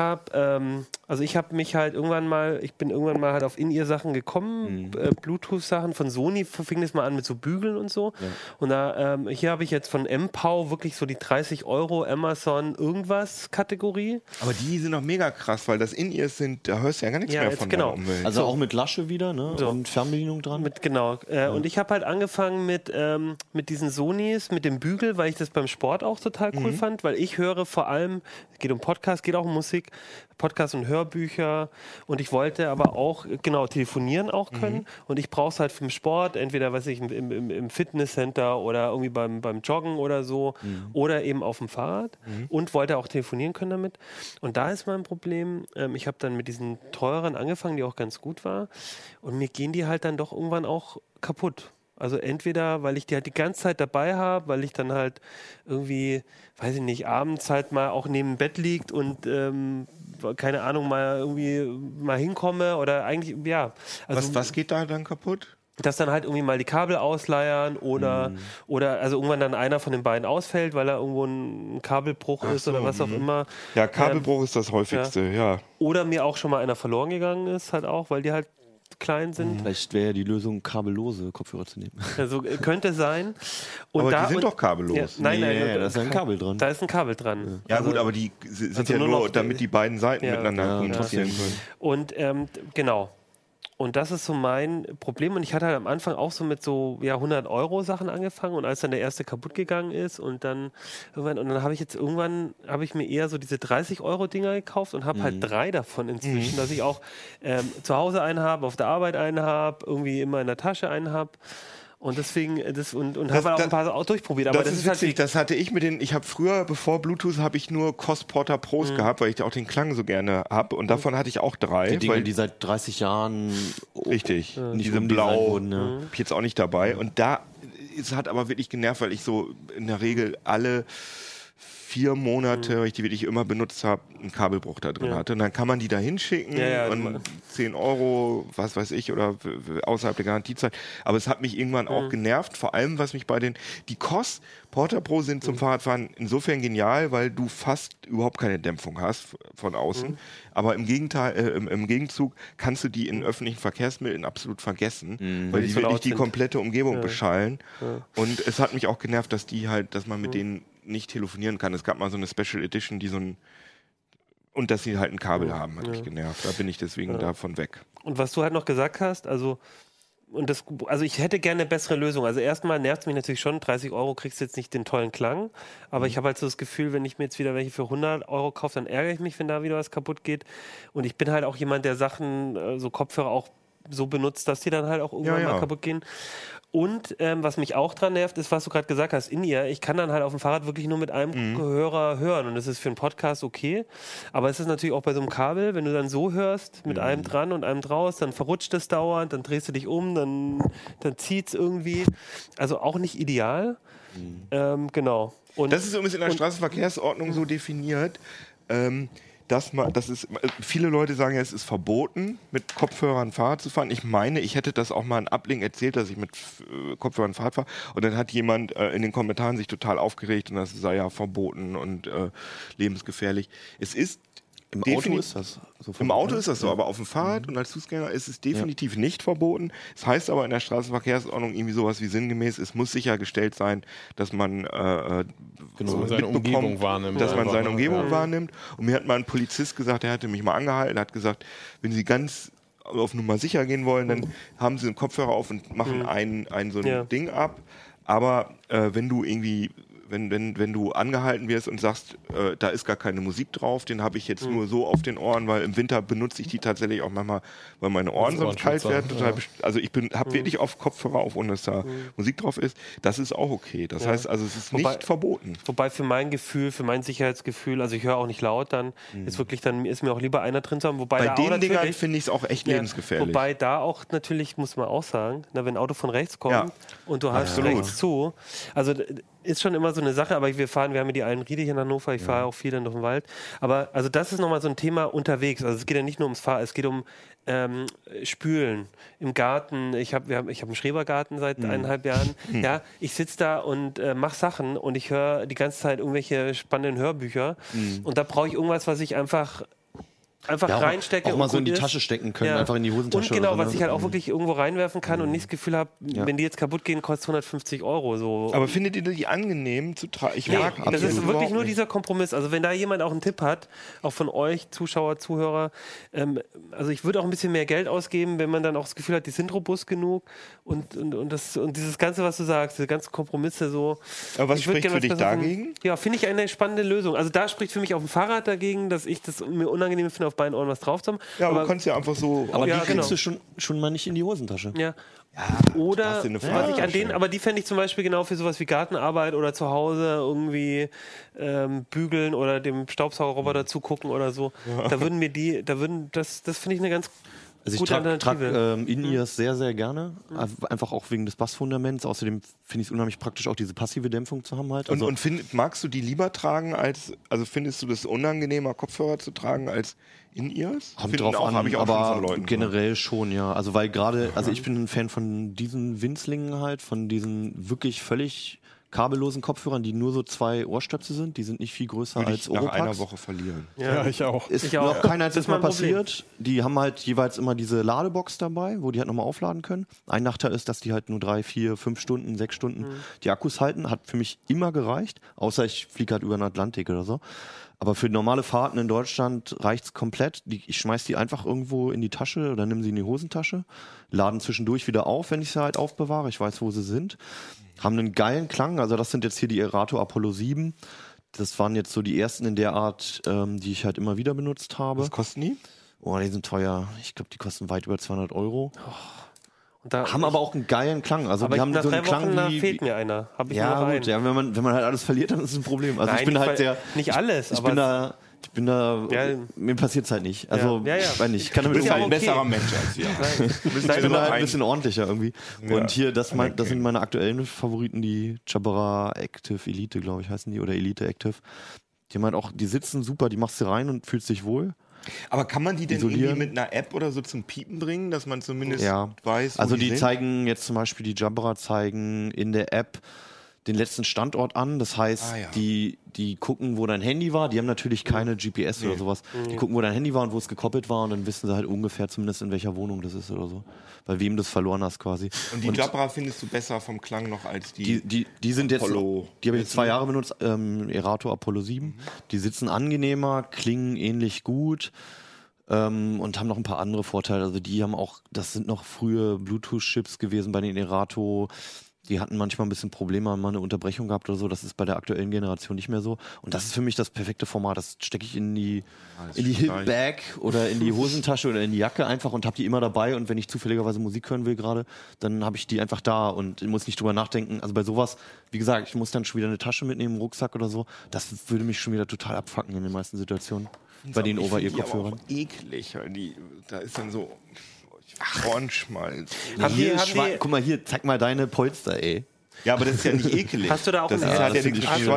bin irgendwann mal halt auf In-Ear-Sachen gekommen, Bluetooth-Sachen von Sony, fing das mal an mit so Bügeln und so. Ja. Und da, hier habe ich jetzt von MPOW wirklich so die 30 € Amazon irgendwas Kategorie. Aber die sind noch mega krass, weil das In-Ears sind, da hörst du ja gar nichts mehr von der Umwelt. Also auch mit Lasche wieder, ne? So. Und Fernbedienung dran. Und ich habe halt angefangen mit diesen Sonys, mit dem Bügel, weil ich das beim Sport auch total cool fand, weil ich höre vor allem, es geht um Podcast, geht auch um Musik, Podcasts und Hörbücher und ich wollte aber auch, telefonieren auch können und ich brauche es halt für den Sport, entweder, im Fitnesscenter oder irgendwie beim Joggen oder so oder eben auf dem Fahrrad und wollte auch telefonieren können damit. Und da ist mein Problem, ich habe dann mit diesen teureren angefangen, die auch ganz gut war und mir gehen die halt dann doch irgendwann auch kaputt. Also entweder, weil ich die halt die ganze Zeit dabei habe, weil ich dann halt irgendwie, weiß ich nicht, abends halt mal auch neben dem Bett liegt und keine Ahnung, mal hinkomme oder eigentlich, ja. Also, was geht da dann kaputt? Dass dann halt irgendwie mal die Kabel ausleiern oder also irgendwann dann einer von den beiden ausfällt, weil er irgendwo ein Kabelbruch ist oder was auch immer. Ja, Kabelbruch ist das häufigste, ja. Oder mir auch schon mal einer verloren gegangen ist, halt auch, weil die halt klein sind. Vielleicht wäre ja die Lösung, kabellose Kopfhörer zu nehmen. Also könnte sein. Und aber die sind doch kabellos. Ja, nein, da ist ein Kabel dran. Da ist ein Kabel dran. Ja gut, aber die sind ja nur, damit die beiden Seiten miteinander kommunizieren können. Und genau. Und das ist so mein Problem. Und ich hatte halt am Anfang auch so mit 100 € Sachen angefangen. Und als dann der erste kaputt gegangen ist und dann habe ich mir eher so diese 30 € Dinger gekauft und habe halt 3 davon inzwischen, dass ich auch zu Hause einen habe, auf der Arbeit einen habe, irgendwie immer in der Tasche einen habe. Und deswegen, und habe auch ein paar auch durchprobiert. Aber das ist witzig, halt das hatte ich ich habe früher, bevor Bluetooth, habe ich nur Cos-Porter Pros gehabt, weil ich auch den Klang so gerne habe. Und davon hatte ich auch 3. Die Dinge, die seit 30 Jahren richtig, nicht diese blau, wurden, hab ich jetzt auch nicht dabei. Und es hat aber wirklich genervt, weil ich so in der Regel alle 4 Monate, weil ich die wirklich immer benutzt habe, einen Kabelbruch da drin hatte. Und dann kann man die da hinschicken und 10 €, was weiß ich, oder außerhalb der Garantiezeit. Aber es hat mich irgendwann auch genervt, vor allem was mich die COS Porter Pro sind zum Fahrradfahren insofern genial, weil du fast überhaupt keine Dämpfung hast von außen. Aber im Gegenzug kannst du die in öffentlichen Verkehrsmitteln absolut vergessen, weil die wirklich die komplette Umgebung beschallen. Und es hat mich auch genervt, dass man mit denen nicht telefonieren kann. Es gab mal so eine Special Edition, und dass sie halt ein Kabel haben, hat mich genervt. Da bin ich deswegen davon weg. Und was du halt noch gesagt hast, also ich hätte gerne eine bessere Lösung. Also erstmal nervt es mich natürlich schon, 30 € kriegst du jetzt nicht den tollen Klang, aber ich habe halt so das Gefühl, wenn ich mir jetzt wieder welche für 100 € kaufe, dann ärgere ich mich, wenn da wieder was kaputt geht. Und ich bin halt auch jemand, der Sachen, so Kopfhörer auch so benutzt, dass die dann halt auch irgendwann mal kaputt gehen. Und was mich auch dran nervt, ist, was du gerade gesagt hast, In-Ear. Ich kann dann halt auf dem Fahrrad wirklich nur mit einem Hörer hören und das ist für einen Podcast okay. Aber es ist natürlich auch bei so einem Kabel, wenn du dann so hörst, mit einem dran und einem draus, dann verrutscht es dauernd, dann drehst du dich um, dann zieht es irgendwie. Also auch nicht ideal. Genau. Und das ist übrigens in der Straßenverkehrsordnung so definiert, viele Leute sagen ja, es ist verboten, mit Kopfhörern Fahrrad zu fahren. Ich meine, ich hätte das auch mal in Ablingen erzählt, dass ich mit Kopfhörern Fahrrad fahre. Und dann hat jemand in den Kommentaren sich total aufgeregt und das sei ja verboten und lebensgefährlich. Es ist Im Auto ist das so. Im Auto ist das so, aber auf dem Fahrrad und als Fußgänger ist es definitiv nicht verboten. Es heißt aber in der Straßenverkehrsordnung irgendwie sowas wie sinngemäß, es muss sichergestellt sein, dass man seine Umgebung wahrnimmt. Dass man seine Umgebung wahrnimmt. Und mir hat mal ein Polizist gesagt, der hatte mich mal angehalten, hat gesagt, wenn Sie ganz auf Nummer sicher gehen wollen, dann haben Sie einen Kopfhörer auf und machen ein Ding ab. Aber wenn du irgendwie wenn du angehalten wirst und sagst, da ist gar keine Musik drauf, den habe ich jetzt nur so auf den Ohren, weil im Winter benutze ich die tatsächlich auch manchmal, weil meine Ohren sonst kalt werden. Also ich habe wirklich oft Kopfhörer auf, ohne dass da Musik drauf ist. Das ist auch okay. Das heißt also, es ist nicht verboten. Wobei für mein Gefühl, für mein Sicherheitsgefühl, also ich höre auch nicht laut, dann ist wirklich, dann ist mir auch lieber einer drin zu haben. Wobei bei da den Dingern finde ich es auch echt lebensgefährlich. Wobei da auch natürlich, muss man auch sagen, wenn ein Auto von rechts kommt und du hast rechts zu, also ist schon immer so eine Sache, aber wir haben ja die Allenriede hier in Hannover, ich fahre auch viel dann durch den Wald. Aber also das ist nochmal so ein Thema unterwegs. Also es geht ja nicht nur ums Fahren, es geht um Spülen im Garten. Ich hab einen Schrebergarten seit 1,5 Jahren. Ja, ich sitze da und mache Sachen und ich höre die ganze Zeit irgendwelche spannenden Hörbücher. Und da brauche ich irgendwas, was ich einfach reinstecke. Auch mal so in die Tasche stecken können, einfach in die Hosentasche. Und genau, was ich halt auch wirklich irgendwo reinwerfen kann und nicht das Gefühl habe, wenn die jetzt kaputt gehen, kostet 150 €. So. Aber findet ihr die angenehm zu tragen? Das ist wirklich nur dieser Kompromiss. Also wenn da jemand auch einen Tipp hat, auch von euch, Zuschauer, Zuhörer, also ich würde auch ein bisschen mehr Geld ausgeben, wenn man dann auch das Gefühl hat, die sind robust genug und dieses Ganze, was du sagst, diese ganzen Kompromisse so. Aber was spricht für dich dagegen? Ja, finde ich eine spannende Lösung. Also da spricht für mich auf dem Fahrrad dagegen, dass ich das mir unangenehm finde, auf beiden Ohren was drauf zu haben. Ja, aber du kannst ja einfach so... Aber die kriegst du schon mal nicht in die Hosentasche. Ja. Oder was ich an denen, aber die fände ich zum Beispiel genau für sowas wie Gartenarbeit oder zu Hause irgendwie bügeln oder dem Staubsaugerroboter zugucken oder so. Ja. Das finde ich eine ganz also ich trage In-Ears sehr, sehr gerne. Einfach auch wegen des Bassfundaments. Außerdem finde ich es unheimlich praktisch, auch diese passive Dämpfung zu haben halt. Also und magst du die lieber tragen also findest du das unangenehmer, Kopfhörer zu tragen als In-Ears? Kommt drauf an, aber generell schon, ja. Also weil gerade, also ich bin ein Fan von diesen Winzlingen halt, von diesen wirklich völlig kabellosen Kopfhörern, die nur so 2 Ohrstöpsel sind. Die sind nicht viel größer als Oropax. Nach einer Woche verlieren. Ja, ich auch. Ist noch kein einziges Mal passiert. Die haben halt jeweils immer diese Ladebox dabei, wo die halt nochmal aufladen können. Ein Nachteil ist, dass die halt nur 3, 4, 5 Stunden, 6 Stunden die Akkus halten. Hat für mich immer gereicht. Außer ich fliege halt über den Atlantik oder so. Aber für normale Fahrten in Deutschland reicht's komplett. Ich schmeiß die einfach irgendwo in die Tasche oder nimm sie in die Hosentasche, laden zwischendurch wieder auf, wenn ich sie halt aufbewahre. Ich weiß, wo sie sind. Haben einen geilen Klang. Also das sind jetzt hier die Erato Apollo 7. Das waren jetzt so die ersten in der Art, die ich halt immer wieder benutzt habe. Was kosten die? Oh, die sind teuer. Ich glaube, die kosten weit über 200 €. Und haben aber auch einen geilen Klang. Also aber die haben nach so einen 3 Klang Wochen wie, fehlt mir einer. Hab ich ja, noch gut, ja, wenn man halt alles verliert, dann ist es ein Problem. Also nein, ich bin halt der. Nicht alles, ich bin da, mir passiert es halt nicht. Also, weiß nicht, ich kann damit umgehen. Ein besserer Mensch als wir. Ich bin da halt ein bisschen ordentlicher irgendwie. Ja. Und hier, das sind meine aktuellen Favoriten, die Jabra Active Elite, glaube ich, heißen die, oder Elite Active. Die haben halt auch, die sitzen super, die machst du rein und fühlst dich wohl. Aber kann man die denn irgendwie mit einer App oder so zum Piepen bringen, dass man zumindest weiß, wo also die sind? zeigen jetzt zum Beispiel, die Jabra zeigen in der App den letzten Standort an. Das heißt, die gucken, wo dein Handy war. Die haben natürlich keine GPS oder sowas. Die gucken, wo dein Handy war und wo es gekoppelt war und dann wissen sie halt ungefähr zumindest, in welcher Wohnung das ist oder so. Bei wem du es verloren hast quasi. Und die Jabra findest du besser vom Klang noch als die sind Apollo? Die habe ich jetzt 2 Jahre benutzt, Erato Apollo 7. Die sitzen angenehmer, klingen ähnlich gut. Und haben noch ein paar andere Vorteile. Also die haben auch, das sind noch frühe Bluetooth-Chips gewesen bei den Erato. Die hatten manchmal ein bisschen Probleme, haben mal eine Unterbrechung gehabt oder so. Das ist bei der aktuellen Generation nicht mehr so. Und das ist für mich das perfekte Format. Das stecke ich in die Hip-Bag oder in die Hosentasche oder in die Jacke einfach und habe die immer dabei. Und wenn ich zufälligerweise Musik hören will gerade, dann habe ich die einfach da und muss nicht drüber nachdenken. Also bei sowas, wie gesagt, ich muss dann schon wieder eine Tasche mitnehmen, einen Rucksack oder so. Das würde mich schon wieder total abfucken in den meisten Situationen. Bei den Over-Ear-Kopfhörern. Eklig, weil da ist dann so Ohrenschmalz. Guck mal hier, zeig mal deine Polster, ey. Ja, aber das ist ja nicht ekelig. Hast du da auch hast du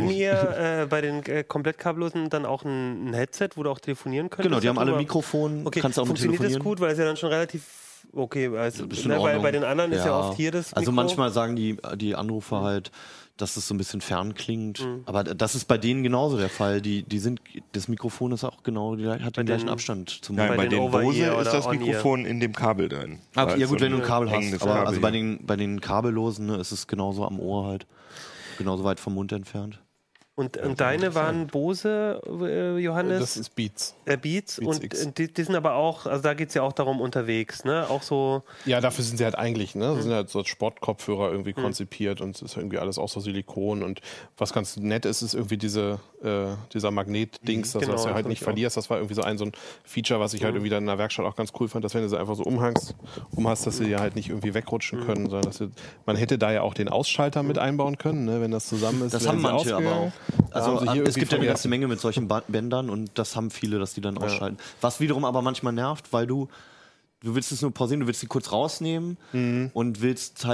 bei den komplett kabellosen dann auch ein Headset, wo du auch telefonieren könntest? Genau, die haben alle Mikrofon. Okay, kannst auch funktioniert das gut, weil es ja dann schon relativ okay ist. Bei den anderen ist ja oft hier das Mikro. Also manchmal sagen die Anrufer halt, dass es so ein bisschen fern klingt. Aber das ist bei denen genauso der Fall. Das Mikrofon ist auch genau, hat den gleichen Abstand zum Nein, bei den Bose ist das Mikrofon in dem Kabel drin. Ja gut, wenn du ein Kabel hast. Aber also bei den Kabellosen ist es genauso am Ohr halt. Genauso weit vom Mund entfernt. Und deine waren Bose, Johannes? Das ist Beats. Beats und die sind aber auch, also da geht es ja auch darum unterwegs, ne? Auch so. Ja, dafür sind sie halt eigentlich, ne? Das sind halt so Sportkopfhörer irgendwie konzipiert und es ist irgendwie alles auch so Silikon und was ganz nett ist irgendwie dieser Magnet-Dings, dass du das ja halt nicht verlierst. Das war irgendwie so ein Feature, was ich halt irgendwie dann in der Werkstatt auch ganz cool fand, dass wenn du sie einfach so umhast, dass sie ja halt nicht irgendwie wegrutschen können, sondern dass man hätte da ja auch den Ausschalter mit einbauen können, ne? Wenn das zusammen ist. Das haben manche aber auch. Also es gibt ja eine ganze Menge mit solchen Bändern und das haben viele, dass die dann ausschalten. Was wiederum aber manchmal nervt, weil du willst es nur pausieren, du willst sie kurz rausnehmen und willst halt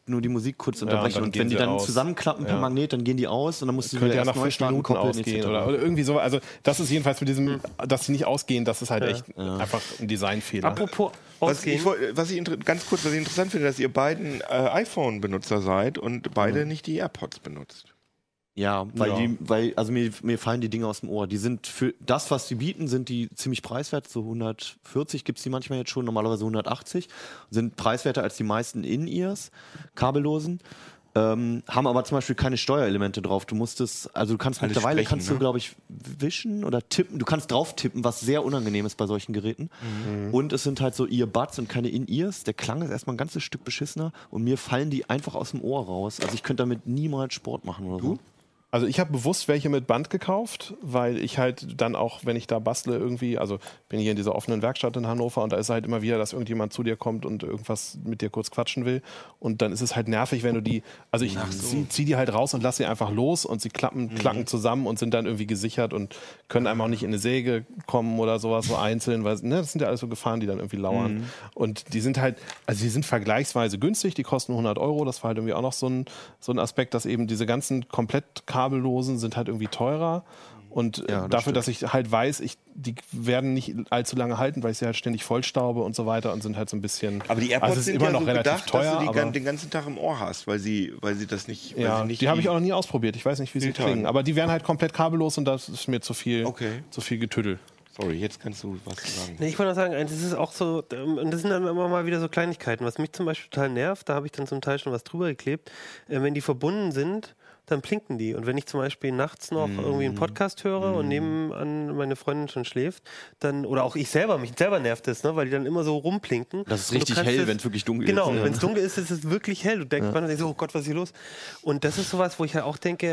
nur die Musik kurz unterbrechen. Und wenn die dann zusammenklappen per Magnet, dann gehen die aus und dann musst du wieder erst neu starten, koppeln, ausgehen oder irgendwie so. Also das ist jedenfalls mit diesem, dass sie nicht ausgehen, das ist halt echt einfach ein Designfehler. Apropos ausgehen. Was ich interessant finde, dass ihr beiden iPhone-Benutzer seid und beide nicht die AirPods benutzt. Ja, also mir fallen die Dinge aus dem Ohr. Die sind für das, was sie bieten, sind die ziemlich preiswert. So 140 gibt es die manchmal jetzt schon, normalerweise 180. Sind preiswerter als die meisten In-Ears, kabellosen. Haben aber zum Beispiel keine Steuerelemente drauf. Du kannst mittlerweile, du, glaube ich, wischen oder tippen. Du kannst drauf tippen, was sehr unangenehm ist bei solchen Geräten. Und es sind halt so Earbuds und keine In-Ears. Der Klang ist erstmal ein ganzes Stück beschissener und mir fallen die einfach aus dem Ohr raus. Also ich könnte damit niemals Sport machen oder so. Also ich habe bewusst welche mit Band gekauft, weil ich halt dann auch, wenn ich da bastle irgendwie, also bin hier in dieser offenen Werkstatt in Hannover und da ist halt immer wieder, dass irgendjemand zu dir kommt und irgendwas mit dir kurz quatschen will und dann ist es halt nervig, wenn du die, also ich zieh die halt raus und lass sie einfach los und sie klacken zusammen und sind dann irgendwie gesichert und können einem auch nicht in eine Säge kommen oder sowas so einzeln, weil das sind ja alles so Gefahren, die dann irgendwie lauern. Und die sind halt, also die sind vergleichsweise günstig, die kosten 100 €, das war halt irgendwie auch noch so ein Aspekt, dass eben diese ganzen komplett kabellosen sind halt irgendwie teurer und dafür, dass ich halt weiß, die werden nicht allzu lange halten, weil ich sie halt ständig vollstaube und so weiter und sind halt so ein bisschen. Aber die AirPods sind immer ja noch so relativ gedacht, teuer, dass du die den ganzen Tag im Ohr hast, weil sie das nicht. Die habe ich auch noch nie ausprobiert. Ich weiß nicht, wie sie klingen, aber die wären halt komplett kabellos und das ist mir zu viel Getüdel. Sorry, jetzt kannst du was sagen. Nee, ich wollte noch sagen, das ist auch so, und das sind dann immer mal wieder so Kleinigkeiten, was mich zum Beispiel total nervt, da habe ich dann zum Teil schon was drüber geklebt, wenn die verbunden sind, dann blinken die. Und wenn ich zum Beispiel nachts noch irgendwie einen Podcast höre und nebenan meine Freundin schon schläft, dann, oder auch mich selber nervt das, ne, weil die dann immer so rumplinken. Das ist richtig hell, wenn es wirklich dunkel ist. Genau, wenn es dunkel ist, ist es wirklich hell. Du denkst, man denkt so, oh Gott, was ist hier los? Und das ist sowas, wo ich halt auch denke,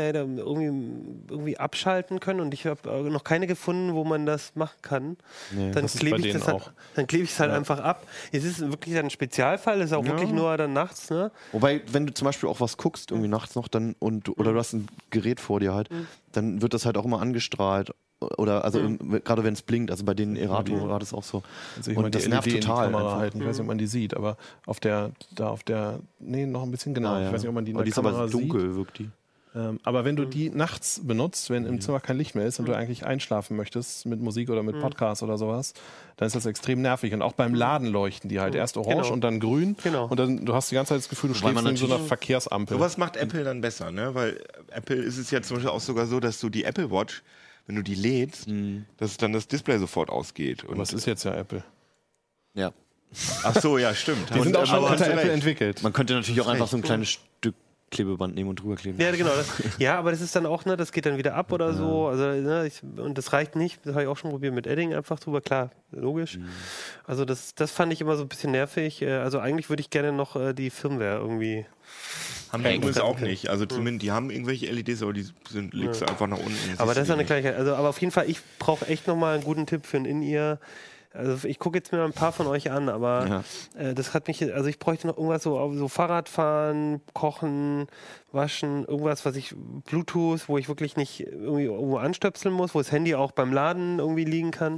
irgendwie abschalten können und ich habe noch keine gefunden, wo man das machen kann. Nee, dann klebe ich es halt einfach ab. Es ist wirklich ein Spezialfall, es ist auch wirklich nur dann nachts. Ne? Wobei, wenn du zum Beispiel auch was guckst, irgendwie nachts noch, dann oder du hast ein Gerät vor dir halt, dann wird das halt auch immer angestrahlt. Oder also gerade wenn es blinkt, also bei den Erato war das auch so. Also und das nervt total. Ich weiß nicht, ob man die sieht, aber noch ein bisschen genau. Ich weiß nicht, ob man die in der Kamera sieht. Dunkel wirkt die. Aber wenn du die nachts benutzt, wenn im Zimmer kein Licht mehr ist und du eigentlich einschlafen möchtest mit Musik oder mit Podcast oder sowas, dann ist das extrem nervig. Und auch beim Laden leuchten die halt erst orange und dann grün. Genau. Und dann du hast die ganze Zeit das Gefühl, du schläfst in so einer Verkehrsampel. Sowas macht Apple dann besser, ne? Weil Apple ist es ja zum Beispiel auch sogar so, dass du die Apple Watch, wenn du die lädst, dass dann das Display sofort ausgeht. Und das ist jetzt ja Apple. Ja. Ach so, ja, stimmt. Die sind auch schon unter Apple entwickelt. Man könnte natürlich auch einfach so ein kleines Stück Klebeband nehmen und drüber kleben. Ja, genau. Aber das ist dann auch, ne, das geht dann wieder ab oder so. Also, ne, und das reicht nicht. Das habe ich auch schon probiert mit Edding einfach drüber. Klar, logisch. Also das fand ich immer so ein bisschen nervig. Also eigentlich würde ich gerne noch die Firmware irgendwie. Haben die übrigens auch nicht. Also zumindest, die haben irgendwelche LEDs, aber die legst du einfach nach unten. Aber das ist eine Kleinigkeit. Also, aber auf jeden Fall, ich brauche echt nochmal einen guten Tipp für ein In-Ear. Also ich gucke jetzt mir ein paar von euch an, aber das hat mich, also ich bräuchte noch irgendwas so Fahrradfahren, Kochen, Waschen, irgendwas, was ich Bluetooth, wo ich wirklich nicht irgendwie irgendwo anstöpseln muss, wo das Handy auch beim Laden irgendwie liegen kann.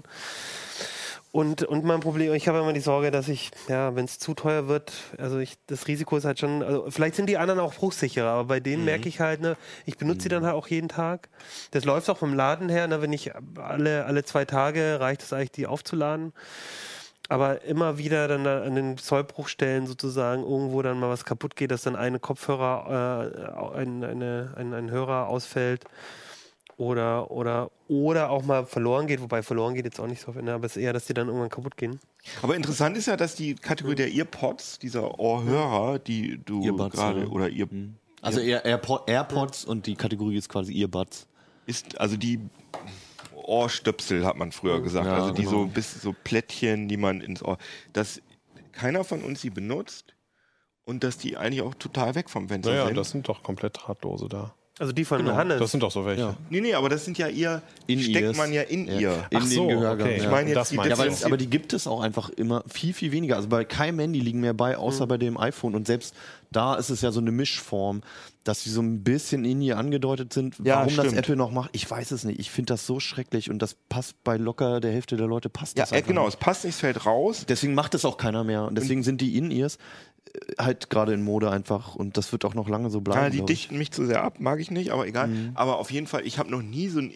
Und mein Problem, ich habe immer die Sorge, dass wenn es zu teuer wird, also das Risiko ist halt schon, also vielleicht sind die anderen auch bruchsicherer, aber bei denen merke ich halt, ne, ich benutze sie dann halt auch jeden Tag. Das läuft auch vom Laden her, ne, wenn ich alle 2 Tage reicht es eigentlich, die aufzuladen. Aber immer wieder dann an den Sollbruchstellen sozusagen irgendwo dann mal was kaputt geht, dass dann ein Kopfhörer, ein Hörer ausfällt. Oder auch mal verloren geht, wobei verloren geht jetzt auch nicht so, aber es ist eher, dass die dann irgendwann kaputt gehen. Aber interessant ist ja, dass die Kategorie der Earpods, dieser Ohrhörer, die du Earbuds, gerade, oder also AirPods und die Kategorie ist quasi Earbuds. Ist also die Ohrstöpsel, hat man früher gesagt, also die so Plättchen, die man ins Ohr, dass keiner von uns sie benutzt und dass die eigentlich auch total weg vom Fenster sind. Ja, das sind doch komplett drahtlose da. Also die von Hannes. Das sind doch so welche. Ja. Nee, aber das sind ja steckt man ja in ihr. In den Gehörgang. Okay. Ich meine jetzt aber die gibt es auch einfach immer viel, viel weniger. Also bei keinem Handy liegen mehr bei, außer bei dem iPhone. Und selbst da ist es ja so eine Mischform, dass sie so ein bisschen in ihr angedeutet sind. Ja, warum stimmt. das Apple noch macht, ich weiß es nicht. Ich finde das so schrecklich und das passt bei locker der Hälfte der Leute passt das einfach nicht. Es passt nicht, es fällt raus. Deswegen macht es auch keiner mehr. Und deswegen sind die In-Ears halt gerade in Mode einfach und das wird auch noch lange so bleiben. Ja, die dichten mich zu sehr ab, mag ich nicht, aber egal. Aber auf jeden Fall, ich habe noch nie so ein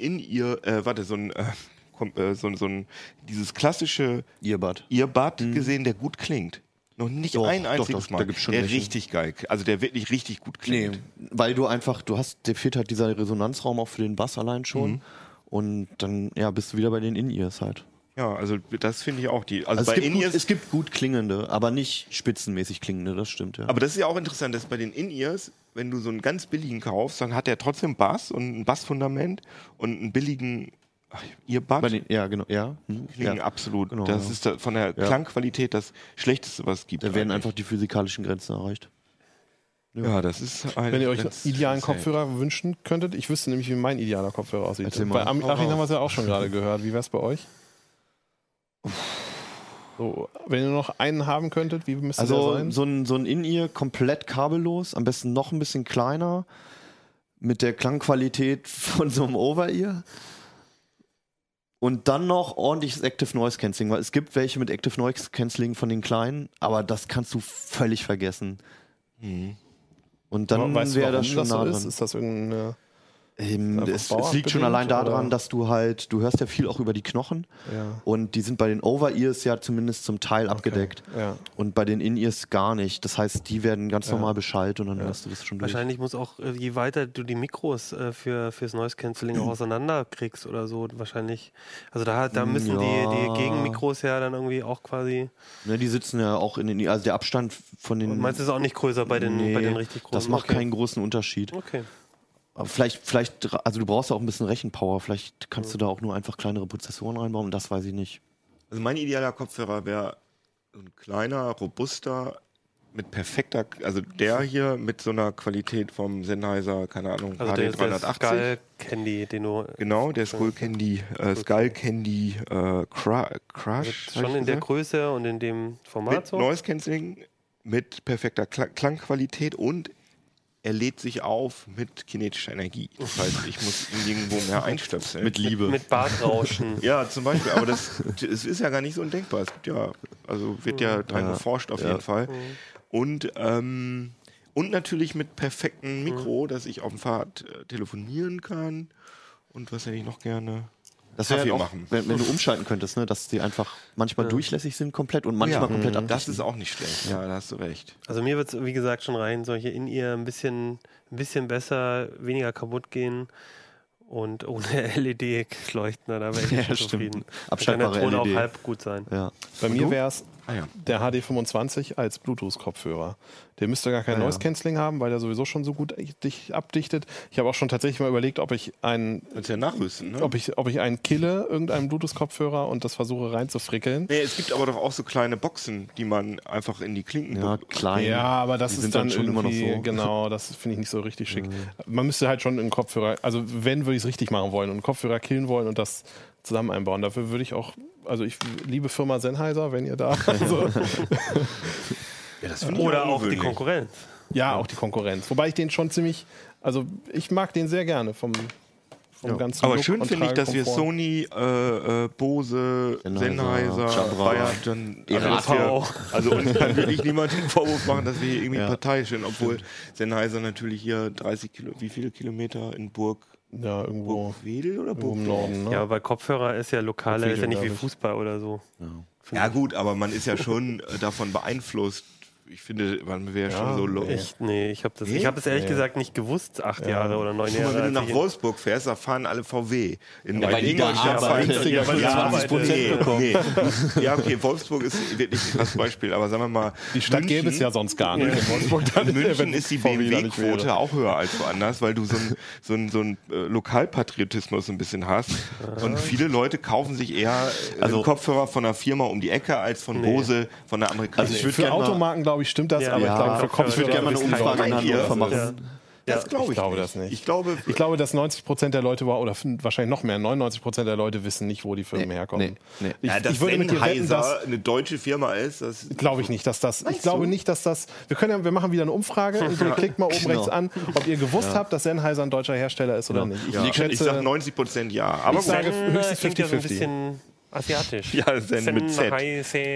dieses klassische Earbud gesehen, der gut klingt. Noch nicht ein einziges Mal. Da gibt's schon der welche. Richtig geil, also der wirklich richtig gut klingt. Weil dir fehlt halt dieser Resonanzraum auch für den Bass allein schon und dann bist du wieder bei den In-Ears halt. Ja, also das finde ich auch bei es gibt gut klingende, aber nicht spitzenmäßig klingende, das stimmt, ja. Aber das ist ja auch interessant, dass bei den In-Ears, wenn du so einen ganz billigen kaufst, dann hat der trotzdem Bass und ein Bassfundament und einen billigen Earbud. Genau, ja. Klingen absolut. Genau, das ist von der Klangqualität das Schlechteste, was es gibt. Da werden einfach die physikalischen Grenzen erreicht. Ja, das ist wenn ihr euch einen idealen Kopfhörer wünschen könntet, ich wüsste nämlich, wie mein idealer Kopfhörer aussieht. Bei Achim haben wir es ja auch schon gerade gehört. Wie wäre es bei euch? So, wenn ihr noch einen haben könntet, wie müsste der sein? So ein In-Ear komplett kabellos, am besten noch ein bisschen kleiner, mit der Klangqualität von so einem Over-Ear. Und dann noch ordentliches Active Noise Cancelling, weil es gibt welche mit Active Noise Cancelling von den kleinen, aber das kannst du völlig vergessen. Und dann wäre das schon nah dran. Ist das irgendeine... Es liegt schon allein daran, dass du hörst ja viel auch über die Knochen und die sind bei den Over-Ears ja zumindest zum Teil abgedeckt und bei den In-Ears gar nicht. Das heißt, die werden ganz normal Bescheid und dann hörst du das schon durch. Wahrscheinlich muss auch, je weiter du die Mikros fürs Noise Cancelling auch auseinander kriegst oder so, wahrscheinlich, also da müssen die Gegenmikros ja dann irgendwie auch quasi... Ne, die sitzen ja auch also der Abstand von den... Und meinst du, ist auch nicht größer bei den richtig großen? Das macht keinen großen Unterschied. Okay. Aber vielleicht, also du brauchst ja auch ein bisschen Rechenpower, vielleicht kannst du da auch nur einfach kleinere Prozessoren reinbauen, das weiß ich nicht. Also mein idealer Kopfhörer wäre ein kleiner, robuster, mit perfekter, also der hier mit so einer Qualität vom Sennheiser, keine Ahnung, also HD 380. Der Skull Candy, den du... Genau, der Skull Candy Crush. Schon in der Größe und in dem Format mit so? Noise Cancelling, mit perfekter Klangqualität und er lädt sich auf mit kinetischer Energie. Das heißt, ich muss ihn irgendwo mehr einstöpseln. Mit Liebe. Mit Bartrauschen. Ja, zum Beispiel. Aber es ist ja gar nicht so undenkbar. Es gibt wird ja dran geforscht auf jeden Fall. Und natürlich mit perfektem Mikro, dass ich auf dem Fahrrad telefonieren kann. Und was hätte ich noch gerne? Das wäre auch, wenn du umschalten könntest, ne, dass die einfach manchmal durchlässig sind komplett und manchmal komplett abdichten. Das ist auch nicht schlecht. Ja, da hast du recht. Also mir wird es, wie gesagt, schon rein solche In-Ear ein bisschen besser, weniger kaputt gehen und ohne LED-Leuchten, da wäre ich schon zufrieden. Abschaltbare kann der Ton LED. auch halb gut sein. Ja. Bei mir wäre es der HD25 als Bluetooth-Kopfhörer. Der müsste gar kein Noise Cancelling haben, weil der sowieso schon so gut abdichtet. Ich habe auch schon tatsächlich mal überlegt, ob ich nachrüsten, ne? ob ich einen kille, irgendeinen Bluetooth-Kopfhörer und das versuche reinzufrickeln. Nee, es gibt aber doch auch so kleine Boxen, die man einfach in die Klinken klein. Ja, aber das ist dann schon immer noch so. Genau, das finde ich nicht so richtig schick. Man müsste halt schon einen Kopfhörer, also wenn, würde ich es richtig machen wollen und einen Kopfhörer killen wollen und das zusammen einbauen. Dafür würde ich auch, also ich liebe Firma Sennheiser, wenn ihr da... Also Oder auch die Konkurrenz. Ja, auch die Konkurrenz. Wobei ich den schon ziemlich, also ich mag den sehr gerne vom ganzen Aber Look schön und finde ich, dass wir Tragekomfort. Sony, Bose, Sennheiser, Bayern, also uns kann wirklich niemand den Vorwurf machen, dass wir hier irgendwie parteiisch sind, obwohl Sennheiser natürlich hier 30 wie viele Kilometer in irgendwo Wedel oder im Norden. Ne? Ja, aber Kopfhörer ist ja lokal, ist ja nicht wie Fußball oder so. Ja gut, aber man ist ja schon davon beeinflusst. Ich finde, man wäre schon so low. Ich habe das ehrlich gesagt nicht gewusst, 8 Jahre oder 9 Jahre. Wenn du nach Wolfsburg fährst, da fahren alle VW. Weil die da arbeiten. weil die 20% bekommen. Ja, okay, Wolfsburg ist wirklich ein krasses Beispiel, aber sagen wir mal, Die Stadt gäbe es ja sonst gar nicht. In Wolfsburg in München ist die BMW-Quote auch höher als woanders, weil du so einen Lokalpatriotismus ein bisschen hast. Und viele Leute kaufen sich eher einen Kopfhörer von einer Firma um die Ecke als von Bose, von der amerikanischen. Für Automarken, glaube ich, stimmt das, aber ich glaube, für Kopfhörer... Ich würde gerne mal eine Umfrage in Hannover machen. Das glaube ich glaube das nicht. Ich glaube, dass 90% der Leute, oder wahrscheinlich noch mehr, 99% der Leute wissen nicht, wo die Firmen herkommen. Ich würde mit dir wetten, dass eine deutsche Firma ist. Glaube ich nicht, dass das... Ich glaube nicht, dass das... Wir machen wieder eine Umfrage und ihr klickt mal oben rechts an, ob ihr gewusst habt, dass Sennheiser ein deutscher Hersteller ist oder nicht. Ich sage 90% ja. Aber ich sage höchstens klingt ja so ein 50-50. bisschen asiatisch. Ja, Zen mit Z.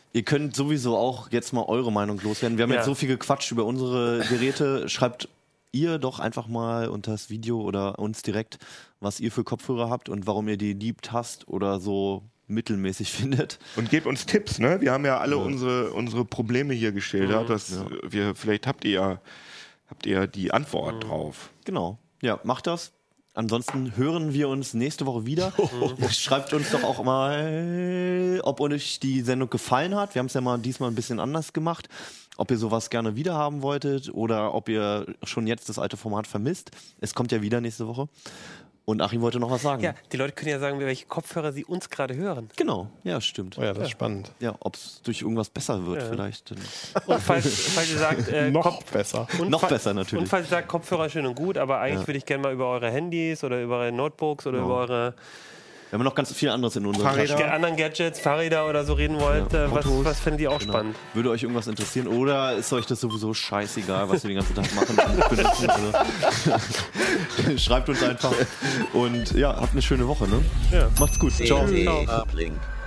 Ihr könnt sowieso auch jetzt mal eure Meinung loswerden. Wir haben jetzt so viel gequatscht über unsere Geräte. Schreibt ihr doch einfach mal unter das Video oder uns direkt, was ihr für Kopfhörer habt und warum ihr die liebt, hasst oder so mittelmäßig findet. Und gebt uns Tipps, ne? Wir haben ja alle unsere Probleme hier geschildert. Vielleicht habt ihr die Antwort drauf. Genau. Ja, macht das. Ansonsten hören wir uns nächste Woche wieder. Schreibt uns doch auch mal, ob euch die Sendung gefallen hat. Wir haben es ja mal diesmal ein bisschen anders gemacht. Ob ihr sowas gerne wieder haben wolltet oder ob ihr schon jetzt das alte Format vermisst. Es kommt ja wieder nächste Woche. Und Achim wollte noch was sagen. Ja, die Leute können ja sagen, welche Kopfhörer sie uns gerade hören. Genau, ja, stimmt. Oh ja, das ist spannend. Ja, ob es durch irgendwas besser wird vielleicht. Und falls ihr sagt... noch besser. Noch besser natürlich. Und falls ihr sagt, Kopfhörer schön und gut, aber eigentlich würde ich gerne mal über eure Handys oder über eure Notebooks oder über eure... Wir haben noch ganz viel anderes in unseren Taschen. Anderen Gadgets, Fahrräder oder so reden wollt, was fändet ihr auch spannend? Würde euch irgendwas interessieren oder ist euch das sowieso scheißegal, was wir den ganzen Tag machen und benutzen? Also, schreibt uns einfach und ja, habt eine schöne Woche, ne? Ja. Macht's gut. Ciao. CT Uplink.